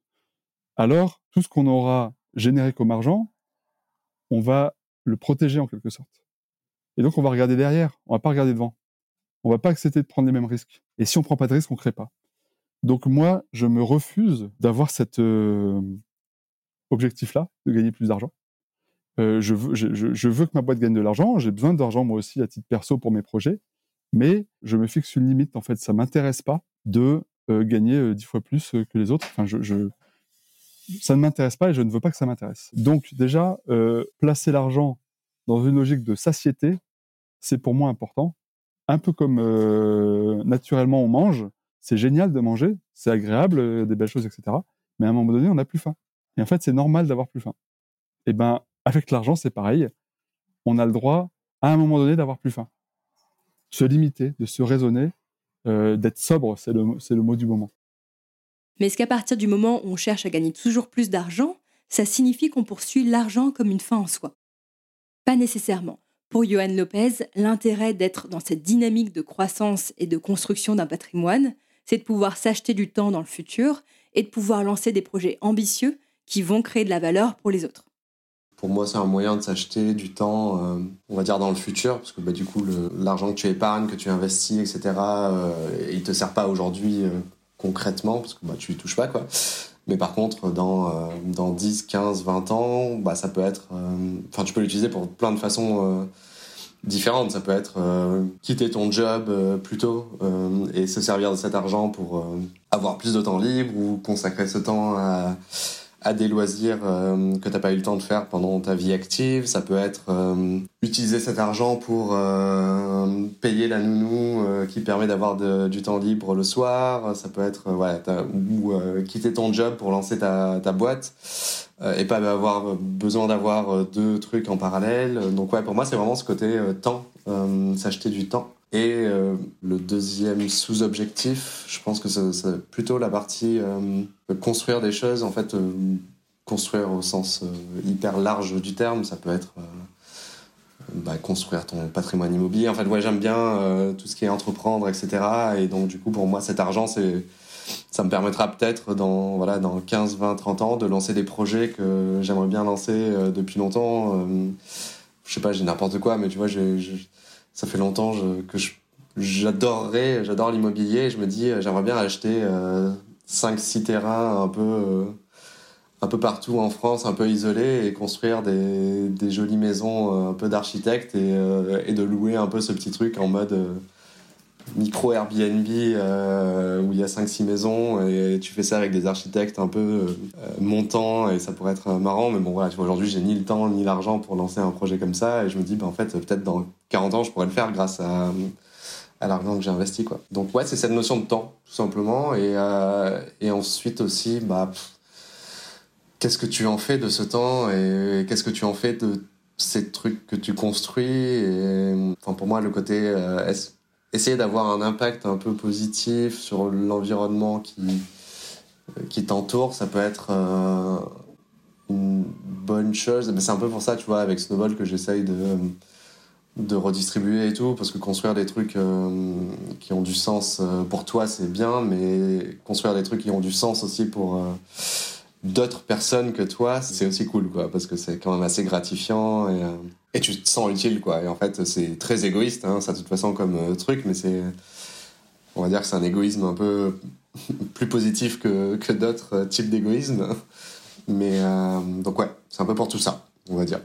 alors tout ce qu'on aura généré comme argent, on va le protéger en quelque sorte. Et donc, on va regarder derrière, on va pas regarder devant. On va pas accepter de prendre les mêmes risques. Et si on prend pas de risques, on crée pas. Donc moi, je me refuse d'avoir cet euh, objectif-là, de gagner plus d'argent. Euh, je, veux, je, je veux que ma boîte gagne de l'argent. J'ai besoin d'argent moi aussi à titre perso pour mes projets, mais je me fixe une limite. En fait, ça m'intéresse pas de euh, gagner euh, dix fois plus euh, que les autres. Enfin, je, je, ça ne m'intéresse pas et je ne veux pas que ça m'intéresse. Donc déjà, euh, placer l'argent dans une logique de satiété, c'est pour moi important. Un peu comme euh, naturellement on mange, c'est génial de manger, c'est agréable, euh, des belles choses, et cetera. Mais à un moment donné, on n'a plus faim. Et en fait, c'est normal d'avoir plus faim. Et ben, avec l'argent, c'est pareil. On a le droit, à un moment donné, d'avoir plus faim. Se limiter, de se raisonner, euh, d'être sobre, c'est le, c'est le mot du moment. Mais est-ce qu'à partir du moment où on cherche à gagner toujours plus d'argent, ça signifie qu'on poursuit l'argent comme une fin en soi. Pas nécessairement. Pour Johan Lopez, l'intérêt d'être dans cette dynamique de croissance et de construction d'un patrimoine, c'est de pouvoir s'acheter du temps dans le futur et de pouvoir lancer des projets ambitieux qui vont créer de la valeur pour les autres. Pour moi, c'est un moyen de s'acheter du temps, euh, on va dire, dans le futur, parce que bah, du coup, le, l'argent que tu épargnes, que tu investis, et cetera, euh, il ne te sert pas aujourd'hui euh, concrètement, parce que bah, tu y touches pas, quoi. Mais par contre, dans, euh, dans dix, quinze, vingt ans, bah, ça peut être... Enfin, euh, tu peux l'utiliser pour plein de façons euh, différentes. Ça peut être euh, quitter ton job euh, plus tôt euh, et se servir de cet argent pour euh, avoir plus de temps libre ou consacrer ce temps à, à des loisirs euh, que tu n'as pas eu le temps de faire pendant ta vie active. Ça peut être euh, utiliser cet argent pour euh, payer la nounou euh, qui permet d'avoir de, du temps libre le soir. Ça peut être euh, ouais, ou euh, quitter ton job pour lancer ta, ta boîte euh, et pas avoir besoin d'avoir deux trucs en parallèle. Donc ouais, pour moi, c'est vraiment ce côté euh, temps, euh, s'acheter du temps. Et euh, le deuxième sous-objectif, je pense que c'est, c'est plutôt la partie euh, construire des choses, en fait, euh, construire au sens euh, hyper large du terme. Ça peut être euh, bah, construire ton patrimoine immobilier. En fait, ouais, j'aime bien euh, tout ce qui est entreprendre, et cetera. Et donc, du coup, pour moi, cet argent, c'est, ça me permettra peut-être dans, voilà, dans quinze, vingt, trente ans de lancer des projets que j'aimerais bien lancer euh, depuis longtemps. Euh, je sais pas, j'ai n'importe quoi, mais tu vois, j'ai... j'ai ça fait longtemps je, que je, j'adorerais, j'adore l'immobilier. Je me dis, j'aimerais bien acheter euh, cinq six terrains un peu, euh, un peu partout en France, un peu isolés, et construire des, des jolies maisons euh, un peu d'architecte et, euh, et de louer un peu ce petit truc en mode euh, micro Airbnb euh, où il y a cinq six maisons et tu fais ça avec des architectes un peu euh, montants et ça pourrait être marrant. Mais bon, voilà, tu vois, aujourd'hui, j'ai ni le temps ni l'argent pour lancer un projet comme ça et je me dis, bah, en fait, peut-être dans quarante ans, je pourrais le faire grâce à, à l'argent que j'ai investi, quoi. Donc, ouais, c'est cette notion de temps, tout simplement. Et, euh, et ensuite aussi, bah, pff, qu'est-ce que tu en fais de ce temps et qu'est-ce que tu en fais de ces trucs que tu construis et, enfin, pour moi, le côté... Euh, est-ce essayer d'avoir un impact un peu positif sur l'environnement qui, qui t'entoure, ça peut être euh, une bonne chose. Mais c'est un peu pour ça, tu vois, avec Snowball que j'essaye de, de redistribuer et tout, parce que construire des trucs euh, qui ont du sens pour toi, c'est bien, mais construire des trucs qui ont du sens aussi pour euh, d'autres personnes que toi, c'est aussi cool, quoi, parce que c'est quand même assez gratifiant et... Euh, Et tu te sens utile, quoi. Et en fait, c'est très égoïste, hein, ça, de toute façon, comme euh, truc, mais c'est... On va dire que c'est un égoïsme un peu plus positif que, que d'autres types d'égoïsme. Mais, euh, donc ouais, c'est un peu pour tout ça, on va dire.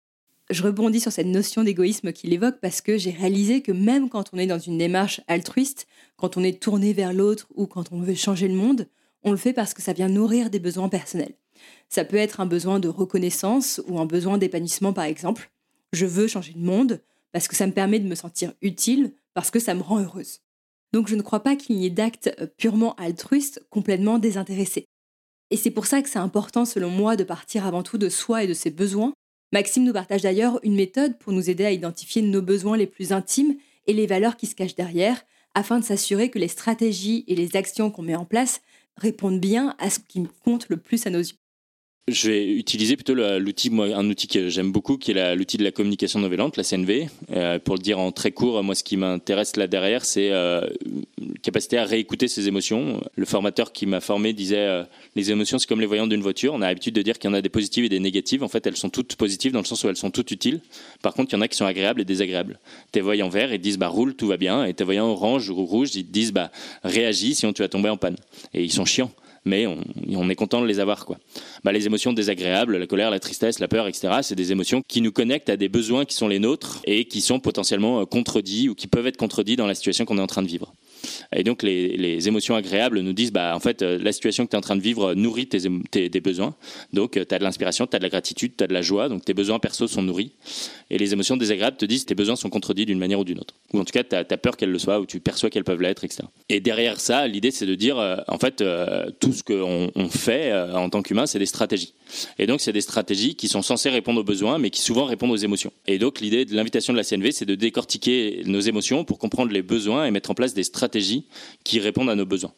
Je rebondis sur cette notion d'égoïsme qu'il évoque parce que j'ai réalisé que même quand on est dans une démarche altruiste, quand on est tourné vers l'autre ou quand on veut changer le monde, on le fait parce que ça vient nourrir des besoins personnels. Ça peut être un besoin de reconnaissance ou un besoin d'épanouissement, par exemple. Je veux changer le monde parce que ça me permet de me sentir utile, parce que ça me rend heureuse. Donc je ne crois pas qu'il y ait d'actes purement altruistes complètement désintéressés. Et c'est pour ça que c'est important, selon moi, de partir avant tout de soi et de ses besoins. Maxime nous partage d'ailleurs une méthode pour nous aider à identifier nos besoins les plus intimes et les valeurs qui se cachent derrière, afin de s'assurer que les stratégies et les actions qu'on met en place répondent bien à ce qui compte le plus à nos yeux. Je vais utiliser plutôt l'outil, moi, un outil que j'aime beaucoup, qui est la, l'outil de la communication non violente, la C N V. Euh, pour le dire en très court, moi, ce qui m'intéresse là derrière, c'est euh, une capacité à réécouter ses émotions. Le formateur qui m'a formé disait euh, les émotions, c'est comme les voyants d'une voiture. On a l'habitude de dire qu'il y en a des positives et des négatives. En fait, elles sont toutes positives dans le sens où elles sont toutes utiles. Par contre, il y en a qui sont agréables et désagréables. Tes voyants verts, ils te disent bah roule, tout va bien, et tes voyants orange ou rouge, ils te disent bah réagis, sinon tu vas tomber en panne. Et ils sont chiants. Mais on, on est content de les avoir, quoi. Bah, les émotions désagréables, la colère, la tristesse, la peur, et cetera, c'est des émotions qui nous connectent à des besoins qui sont les nôtres et qui sont potentiellement contredits ou qui peuvent être contredits dans la situation qu'on est en train de vivre. Et donc les, les émotions agréables nous disent bah en fait la situation que tu es en train de vivre nourrit tes, tes, tes besoins. Donc tu as de l'inspiration, tu as de la gratitude, tu as de la joie, donc tes besoins perso sont nourris. Et les émotions désagréables te disent que tes besoins sont contredits d'une manière ou d'une autre. Ou en tout cas tu as peur qu'elles le soient ou tu perçois qu'elles peuvent l'être, et cetera. Et derrière ça, l'idée c'est de dire euh, en fait euh, tout ce qu'on on fait euh, en tant qu'humain, c'est des stratégies. Et donc c'est des stratégies qui sont censées répondre aux besoins mais qui souvent répondent aux émotions. Et donc l'idée de l'invitation de la C N V, c'est de décortiquer nos émotions pour comprendre les besoins et mettre en place des stratégies qui répondent à nos besoins.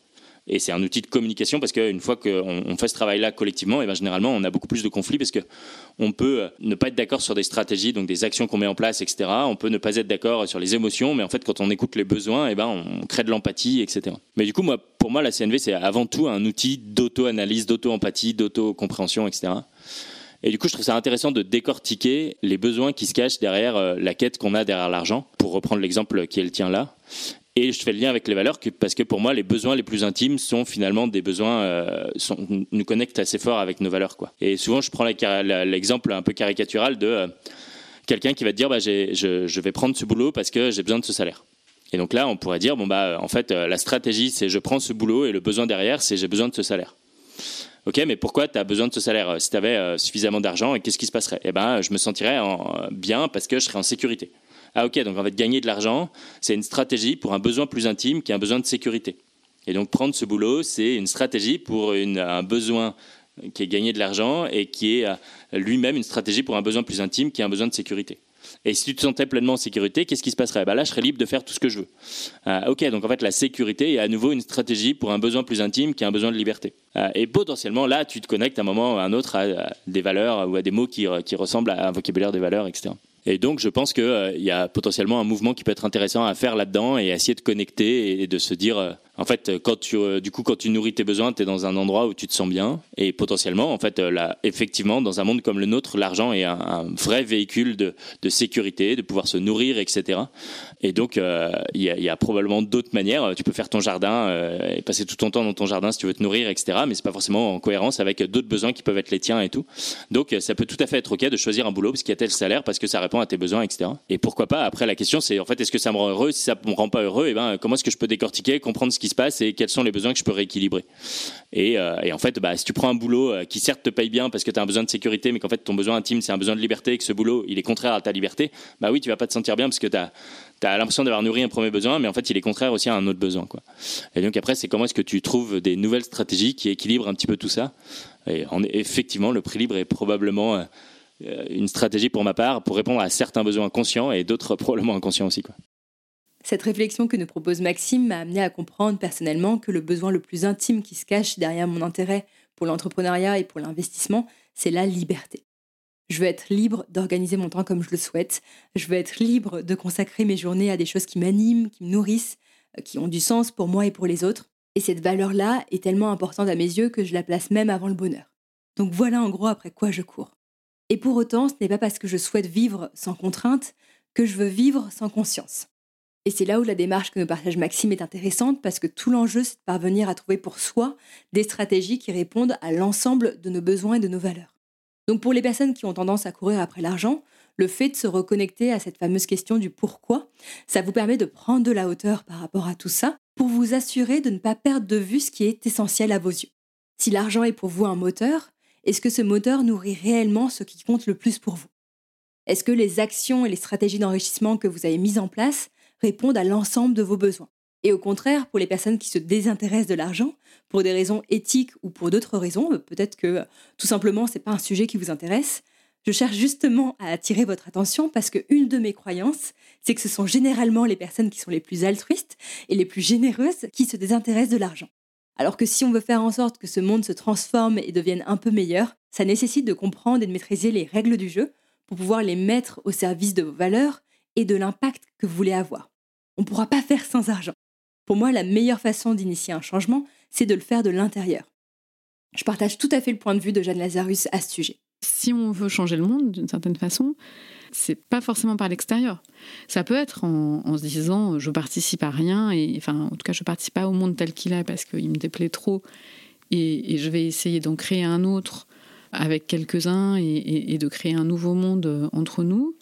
Et c'est un outil de communication parce qu'une fois qu'on on fait ce travail-là collectivement, et ben généralement, on a beaucoup plus de conflits parce qu'on peut ne pas être d'accord sur des stratégies, donc des actions qu'on met en place, et cetera. On peut ne pas être d'accord sur les émotions, mais en fait, quand on écoute les besoins, et ben on crée de l'empathie, et cetera. Mais du coup, moi, pour moi, la C N V, c'est avant tout un outil d'auto-analyse, d'auto-empathie, d'auto-compréhension, et cetera. Et du coup, je trouve ça intéressant de décortiquer les besoins qui se cachent derrière la quête qu'on a derrière l'argent, pour reprendre l'exemple qui est le tien là. Et je fais le lien avec les valeurs parce que pour moi, les besoins les plus intimes sont finalement des besoins, euh, sont, nous connectent assez fort avec nos valeurs, quoi. Et souvent, je prends la, la, l'exemple un peu caricatural de euh, quelqu'un qui va te dire bah, j'ai, je, je vais prendre ce boulot parce que j'ai besoin de ce salaire. Et donc là, on pourrait dire bon bah en fait, la stratégie, c'est je prends ce boulot et le besoin derrière, c'est j'ai besoin de ce salaire. Ok, mais pourquoi tu as besoin de ce salaire ? Si tu avais euh, suffisamment d'argent, qu'est-ce qui se passerait ? Eh ben, je me sentirais en, bien parce que je serais en sécurité. Ah ok, donc en fait, gagner de l'argent, c'est une stratégie pour un besoin plus intime qui est un besoin de sécurité. Et donc prendre ce boulot, c'est une stratégie pour une, un besoin qui est gagner de l'argent et qui est lui-même une stratégie pour un besoin plus intime qui est un besoin de sécurité. Et si tu te sentais pleinement en sécurité, qu'est-ce qui se passerait ? Bah là, je serais libre de faire tout ce que je veux. Euh, ok, donc en fait, la sécurité est à nouveau une stratégie pour un besoin plus intime qui est un besoin de liberté. Euh, et potentiellement, là, tu te connectes à un moment ou à un autre à, à des valeurs ou à des mots qui, qui ressemblent à un vocabulaire des valeurs, et cetera. Et donc, je pense qu'il euh, y a potentiellement un mouvement qui peut être intéressant à faire là-dedans et à essayer de connecter et, et de se dire, euh, en fait, quand tu, euh, du coup, quand tu nourris tes besoins, tu es dans un endroit où tu te sens bien. Et potentiellement, en fait, euh, là, effectivement, dans un monde comme le nôtre, l'argent est un, un vrai véhicule de, de sécurité, de pouvoir se nourrir, et cetera. Et donc, il euh, y, y a probablement d'autres manières. Tu peux faire ton jardin euh, et passer tout ton temps dans ton jardin si tu veux te nourrir, et cetera. Mais c'est pas forcément en cohérence avec d'autres besoins qui peuvent être les tiens et tout. Donc, ça peut tout à fait être OK de choisir un boulot parce qu'il y a tel salaire, parce que ça répond à tes besoins, et cetera. Et pourquoi pas ? Après, la question, c'est en fait, est-ce que ça me rend heureux ? Si ça me rend pas heureux, et ben, comment est-ce que je peux décortiquer, comprendre ce qui se passe et quels sont les besoins que je peux rééquilibrer ? Et, euh, et en fait, bah, si tu prends un boulot qui certes te paye bien parce que tu as un besoin de sécurité, mais qu'en fait ton besoin intime c'est un besoin de liberté et que ce boulot il est contraire à ta liberté, bah oui, tu vas pas te sentir bien parce que tu as T'as l'impression d'avoir nourri un premier besoin, mais en fait, il est contraire aussi à un autre besoin, quoi. Et donc après, c'est comment est-ce que tu trouves des nouvelles stratégies qui équilibrent un petit peu tout ça. Et en, effectivement, le prix libre est probablement euh, une stratégie pour ma part pour répondre à certains besoins conscients et d'autres probablement inconscients aussi, quoi. Cette réflexion que nous propose Maxime m'a amené à comprendre personnellement que le besoin le plus intime qui se cache derrière mon intérêt pour l'entrepreneuriat et pour l'investissement, c'est la liberté. Je veux être libre d'organiser mon temps comme je le souhaite. Je veux être libre de consacrer mes journées à des choses qui m'animent, qui me nourrissent, qui ont du sens pour moi et pour les autres. Et cette valeur-là est tellement importante à mes yeux que je la place même avant le bonheur. Donc voilà en gros après quoi je cours. Et pour autant, ce n'est pas parce que je souhaite vivre sans contrainte que je veux vivre sans conscience. Et c'est là où la démarche que nous partage Maxime est intéressante parce que tout l'enjeu, c'est de parvenir à trouver pour soi des stratégies qui répondent à l'ensemble de nos besoins et de nos valeurs. Donc pour les personnes qui ont tendance à courir après l'argent, le fait de se reconnecter à cette fameuse question du pourquoi, ça vous permet de prendre de la hauteur par rapport à tout ça pour vous assurer de ne pas perdre de vue ce qui est essentiel à vos yeux. Si l'argent est pour vous un moteur, est-ce que ce moteur nourrit réellement ce qui compte le plus pour vous ? Est-ce que les actions et les stratégies d'enrichissement que vous avez mises en place répondent à l'ensemble de vos besoins ? Et au contraire, pour les personnes qui se désintéressent de l'argent, pour des raisons éthiques ou pour d'autres raisons, peut-être que tout simplement c'est pas un sujet qui vous intéresse, je cherche justement à attirer votre attention parce qu'une de mes croyances, c'est que ce sont généralement les personnes qui sont les plus altruistes et les plus généreuses qui se désintéressent de l'argent. Alors que si on veut faire en sorte que ce monde se transforme et devienne un peu meilleur, ça nécessite de comprendre et de maîtriser les règles du jeu pour pouvoir les mettre au service de vos valeurs et de l'impact que vous voulez avoir. On ne pourra pas faire sans argent. Pour moi, la meilleure façon d'initier un changement, c'est de le faire de l'intérieur. Je partage tout à fait le point de vue de Jeanne Lazarus à ce sujet. Si on veut changer le monde d'une certaine façon, c'est pas forcément par l'extérieur. Ça peut être en, en se disant je participe à rien, et, enfin en tout cas je participe pas au monde tel qu'il est parce qu'il me déplaît trop, et, et je vais essayer d'en créer un autre avec quelques-uns et, et, et de créer un nouveau monde entre nous.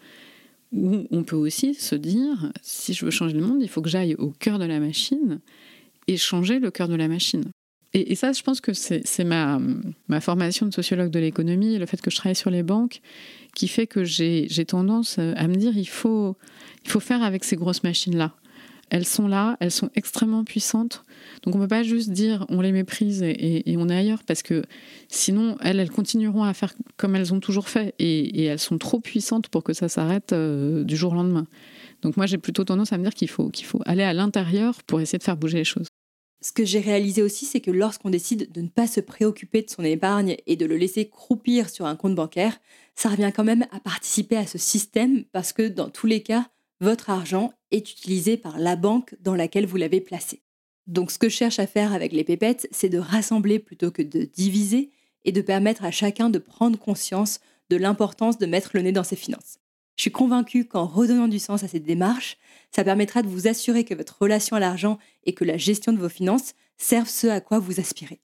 Ou on peut aussi se dire, si je veux changer le monde, il faut que j'aille au cœur de la machine et changer le cœur de la machine. Et, et ça, je pense que c'est, c'est ma, ma formation de sociologue de l'économie et le fait que je travaille sur les banques qui fait que j'ai, j'ai tendance à me dire il faut, il faut faire avec ces grosses machines-là. Elles sont là, elles sont extrêmement puissantes. Donc on ne peut pas juste dire on les méprise et, et, et on est ailleurs, parce que sinon elles, elles continueront à faire comme elles ont toujours fait et, et elles sont trop puissantes pour que ça s'arrête euh, du jour au lendemain. Donc moi j'ai plutôt tendance à me dire qu'il faut, qu'il faut aller à l'intérieur pour essayer de faire bouger les choses. Ce que j'ai réalisé aussi, c'est que lorsqu'on décide de ne pas se préoccuper de son épargne et de le laisser croupir sur un compte bancaire, ça revient quand même à participer à ce système parce que dans tous les cas, votre argent est utilisé par la banque dans laquelle vous l'avez placé. Donc ce que je cherche à faire avec les pépettes, c'est de rassembler plutôt que de diviser et de permettre à chacun de prendre conscience de l'importance de mettre le nez dans ses finances. Je suis convaincue qu'en redonnant du sens à cette démarche, ça permettra de vous assurer que votre relation à l'argent et que la gestion de vos finances servent ce à quoi vous aspirez.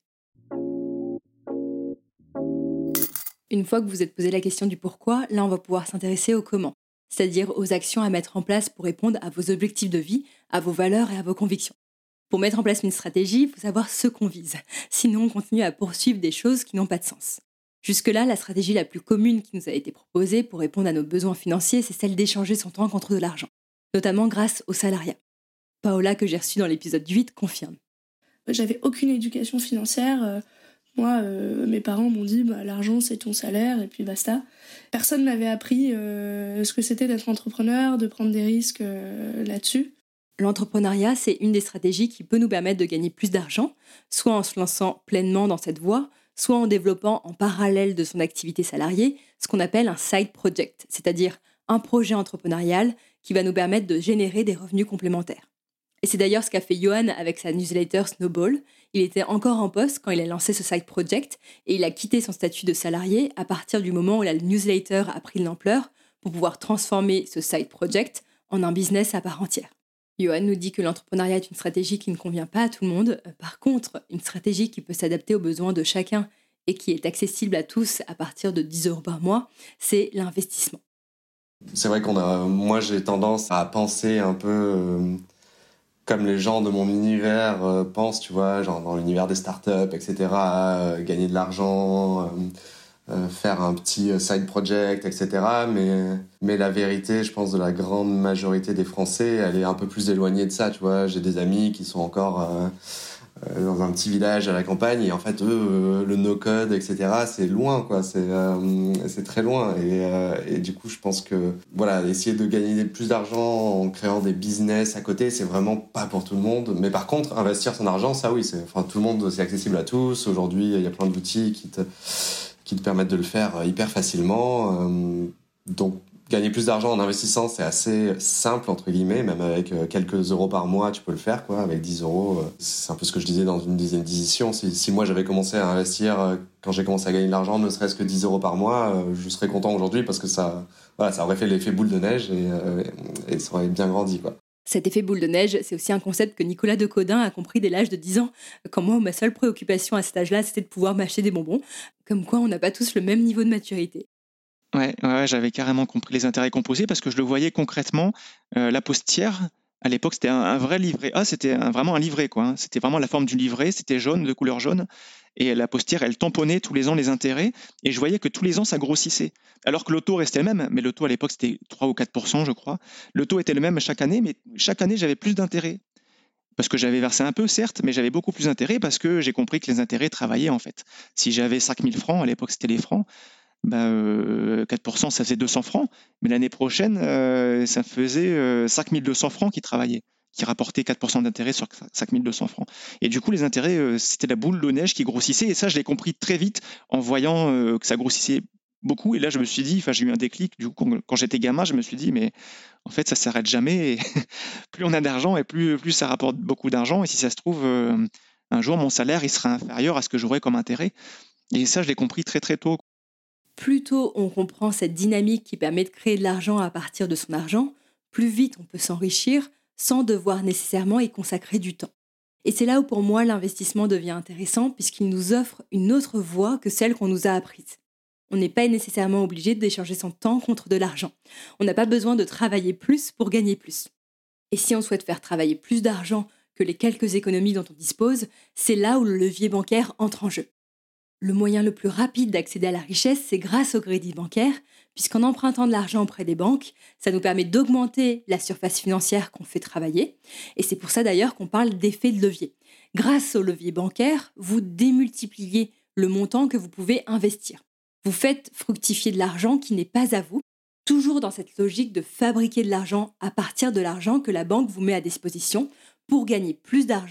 Une fois que vous êtes posé la question du pourquoi, là on va pouvoir s'intéresser au comment, c'est-à-dire aux actions à mettre en place pour répondre à vos objectifs de vie, à vos valeurs et à vos convictions. Pour mettre en place une stratégie, il faut savoir ce qu'on vise, sinon on continue à poursuivre des choses qui n'ont pas de sens. Jusque-là, la stratégie la plus commune qui nous a été proposée pour répondre à nos besoins financiers, c'est celle d'échanger son temps contre de l'argent, notamment grâce au salariat. Paola, que j'ai reçue dans l'épisode huit, confirme. J'avais aucune éducation financière. Moi, euh, mes parents m'ont dit bah, l'argent c'est ton salaire et puis basta. Personne m'avait appris euh, ce que c'était d'être entrepreneur, de prendre des risques euh, là-dessus. L'entrepreneuriat, c'est une des stratégies qui peut nous permettre de gagner plus d'argent, soit en se lançant pleinement dans cette voie, soit en développant en parallèle de son activité salariée ce qu'on appelle un side project, c'est-à-dire un projet entrepreneurial qui va nous permettre de générer des revenus complémentaires. Et c'est d'ailleurs ce qu'a fait Johan avec sa newsletter Snowball. Il était encore en poste quand il a lancé ce side project et il a quitté son statut de salarié à partir du moment où la newsletter a pris de l'ampleur pour pouvoir transformer ce side project en un business à part entière. Johan nous dit que l'entrepreneuriat est une stratégie qui ne convient pas à tout le monde. Par contre, une stratégie qui peut s'adapter aux besoins de chacun et qui est accessible à tous à partir de dix euros par mois, c'est l'investissement. C'est vrai qu'on a, moi j'ai tendance à penser un peu euh, comme les gens de mon univers euh, pensent, tu vois, genre dans l'univers des startups, et cetera, euh, gagner de l'argent, euh, euh, faire un petit side project, et cetera. Mais, mais la vérité, je pense, de la grande majorité des Français, elle est un peu plus éloignée de ça, tu vois. J'ai des amis qui sont encore euh, euh, dans un petit village à la campagne et en fait, eux, euh, le no-code, et cetera, c'est loin, quoi. C'est, euh, c'est très loin. Et, euh, et du coup, je pense que, voilà, essayer de gagner plus d'argent en créant des business à côté, c'est vraiment pas pour tout le monde. Mais par contre, investir son argent, ça, oui, c'est, enfin, tout le monde, c'est accessible à tous. Aujourd'hui, il y a plein d'outils qui te qui te permettent de le faire hyper facilement. Euh, donc, gagner plus d'argent en investissant, c'est assez simple, entre guillemets. Même avec quelques euros par mois, tu peux le faire, quoi. Avec dix euros, c'est un peu ce que je disais dans une dizaine d'éditions. Si, si moi, j'avais commencé à investir, quand j'ai commencé à gagner de l'argent, ne serait-ce que dix euros par mois, je serais content aujourd'hui parce que ça, voilà, ça aurait fait l'effet boule de neige et, et ça aurait bien grandi, quoi. Cet effet boule de neige, c'est aussi un concept que Nicolas Decodin a compris dès l'âge de dix ans, quand moi, ma seule préoccupation à cet âge-là, c'était de pouvoir m'acheter des bonbons. Comme quoi, on n'a pas tous le même niveau de maturité. Ouais, ouais, j'avais carrément compris les intérêts composés parce que je le voyais concrètement. Euh, la postière, à l'époque, c'était un, un vrai livret A, c'était un, vraiment un livret, quoi. Hein. C'était vraiment la forme du livret, c'était jaune, de couleur jaune. Et la postière, elle tamponnait tous les ans les intérêts. Et je voyais que tous les ans, ça grossissait. Alors que le taux restait le même. Mais le taux, à l'époque, c'était trois ou quatre pour cent, je crois. Le taux était le même chaque année, mais chaque année, j'avais plus d'intérêts. Parce que j'avais versé un peu, certes, mais j'avais beaucoup plus d'intérêts parce que j'ai compris que les intérêts travaillaient, en fait. Si j'avais cinq mille francs, à l'époque, c'était les francs, bah, euh, quatre pour cent, ça faisait deux cents francs. Mais l'année prochaine, euh, ça faisait euh, cinq mille deux cents francs qui travaillaient, qui rapportaient quatre pour cent d'intérêt sur cinq mille deux cents francs. Et du coup, les intérêts, euh, c'était la boule de neige qui grossissait. Et ça, je l'ai compris très vite en voyant euh, que ça grossissait beaucoup. Et là, je me suis dit, enfin, j'ai eu un déclic. Du coup, quand, quand j'étais gamin, je me suis dit, mais en fait, ça s'arrête jamais. Et plus on a d'argent et plus, plus ça rapporte beaucoup d'argent. Et si ça se trouve, euh, un jour, mon salaire, il sera inférieur à ce que j'aurais comme intérêt. Et ça, je l'ai compris très, très tôt. Plus tôt on comprend cette dynamique qui permet de créer de l'argent à partir de son argent, plus vite on peut s'enrichir sans devoir nécessairement y consacrer du temps. Et c'est là où pour moi l'investissement devient intéressant puisqu'il nous offre une autre voie que celle qu'on nous a apprise. On n'est pas nécessairement obligé d'échanger son temps contre de l'argent. On n'a pas besoin de travailler plus pour gagner plus. Et si on souhaite faire travailler plus d'argent que les quelques économies dont on dispose, c'est là où le levier bancaire entre en jeu. Le moyen le plus rapide d'accéder à la richesse, c'est grâce au crédit bancaire, puisqu'en empruntant de l'argent auprès des banques, ça nous permet d'augmenter la surface financière qu'on fait travailler. Et c'est pour ça d'ailleurs qu'on parle d'effet de levier. Grâce au levier bancaire, vous démultipliez le montant que vous pouvez investir. Vous faites fructifier de l'argent qui n'est pas à vous, toujours dans cette logique de fabriquer de l'argent à partir de l'argent que la banque vous met à disposition pour gagner plus d'argent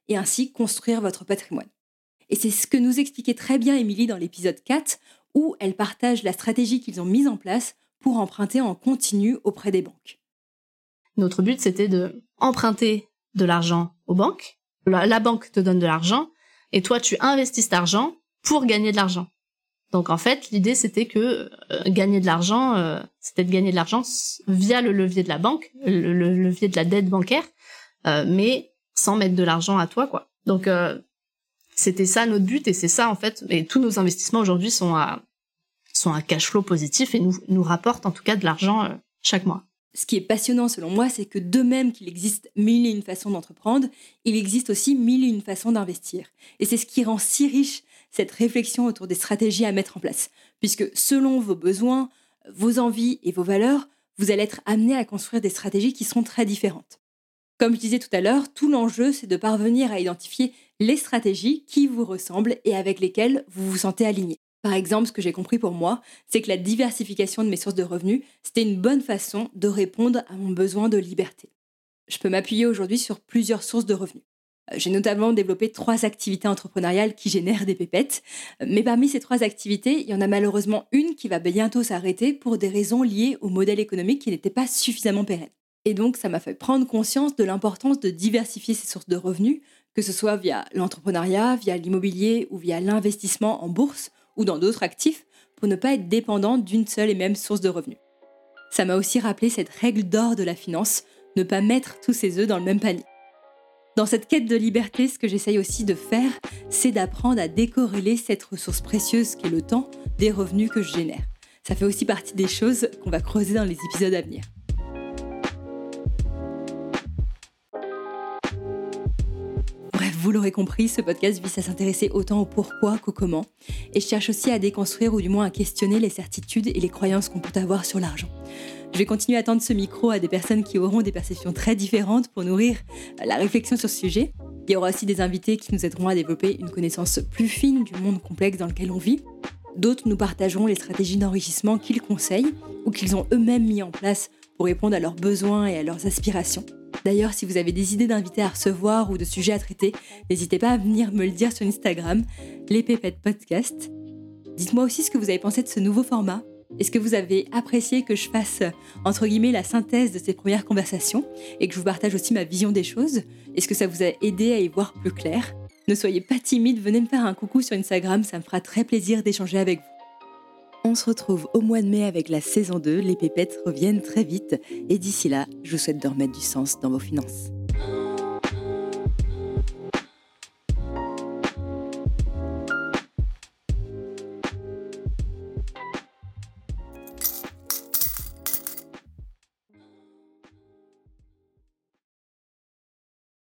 et ainsi construire votre patrimoine. Et c'est ce que nous expliquait très bien Émilie dans l'épisode quatre, où elle partage la stratégie qu'ils ont mise en place pour emprunter en continu auprès des banques. Notre but, c'était de emprunter de l'argent aux banques. La, la banque te donne de l'argent et toi, tu investis cet argent pour gagner de l'argent. Donc en fait, l'idée, c'était que euh, gagner de l'argent, euh, c'était de gagner de l'argent via le levier de la banque, le, le levier de la dette bancaire, euh, mais sans mettre de l'argent à toi, quoi. Donc euh, c'était ça notre but et c'est ça en fait. Et tous nos investissements aujourd'hui sont à sont à cash flow positif et nous nous rapportent en tout cas de l'argent euh, chaque mois. Ce qui est passionnant selon moi, c'est que de même qu'il existe mille et une façons d'entreprendre, il existe aussi mille et une façons d'investir. Et c'est ce qui rend si riche cette réflexion autour des stratégies à mettre en place. Puisque selon vos besoins, vos envies et vos valeurs, vous allez être amené à construire des stratégies qui seront très différentes. Comme je disais tout à l'heure, tout l'enjeu, c'est de parvenir à identifier les stratégies qui vous ressemblent et avec lesquelles vous vous sentez aligné. Par exemple, ce que j'ai compris pour moi, c'est que la diversification de mes sources de revenus, c'était une bonne façon de répondre à mon besoin de liberté. Je peux m'appuyer aujourd'hui sur plusieurs sources de revenus. J'ai notamment développé trois activités entrepreneuriales qui génèrent des pépettes, mais parmi ces trois activités, il y en a malheureusement une qui va bientôt s'arrêter pour des raisons liées au modèle économique qui n'était pas suffisamment pérenne. Et donc, ça m'a fait prendre conscience de l'importance de diversifier ses sources de revenus, que ce soit via l'entrepreneuriat, via l'immobilier ou via l'investissement en bourse, ou dans d'autres actifs, pour ne pas être dépendant d'une seule et même source de revenus. Ça m'a aussi rappelé cette règle d'or de la finance, ne pas mettre tous ses œufs dans le même panier. Dans cette quête de liberté, ce que j'essaye aussi de faire, c'est d'apprendre à décorréler cette ressource précieuse qu'est le temps des revenus que je génère. Ça fait aussi partie des choses qu'on va creuser dans les épisodes à venir. Bref, vous l'aurez compris, ce podcast vise à s'intéresser autant au pourquoi qu'au comment. Et je cherche aussi à déconstruire ou du moins à questionner les certitudes et les croyances qu'on peut avoir sur l'argent. Je vais continuer à tendre ce micro à des personnes qui auront des perceptions très différentes pour nourrir la réflexion sur ce sujet. Il y aura aussi des invités qui nous aideront à développer une connaissance plus fine du monde complexe dans lequel on vit. D'autres nous partageront les stratégies d'enrichissement qu'ils conseillent ou qu'ils ont eux-mêmes mis en place pour répondre à leurs besoins et à leurs aspirations. D'ailleurs, si vous avez des idées d'invités à recevoir ou de sujets à traiter, n'hésitez pas à venir me le dire sur Instagram, les Pépettes Podcast. Dites-moi aussi ce que vous avez pensé de ce nouveau format. Est-ce que vous avez apprécié que je fasse, entre guillemets, la synthèse de ces premières conversations et que je vous partage aussi ma vision des choses? Est-ce que ça vous a aidé à y voir plus clair? Ne soyez pas timide, venez me faire un coucou sur Instagram, ça me fera très plaisir d'échanger avec vous. On se retrouve au mois de mai avec la saison deux, les pépettes reviennent très vite et d'ici là, je vous souhaite de remettre du sens dans vos finances.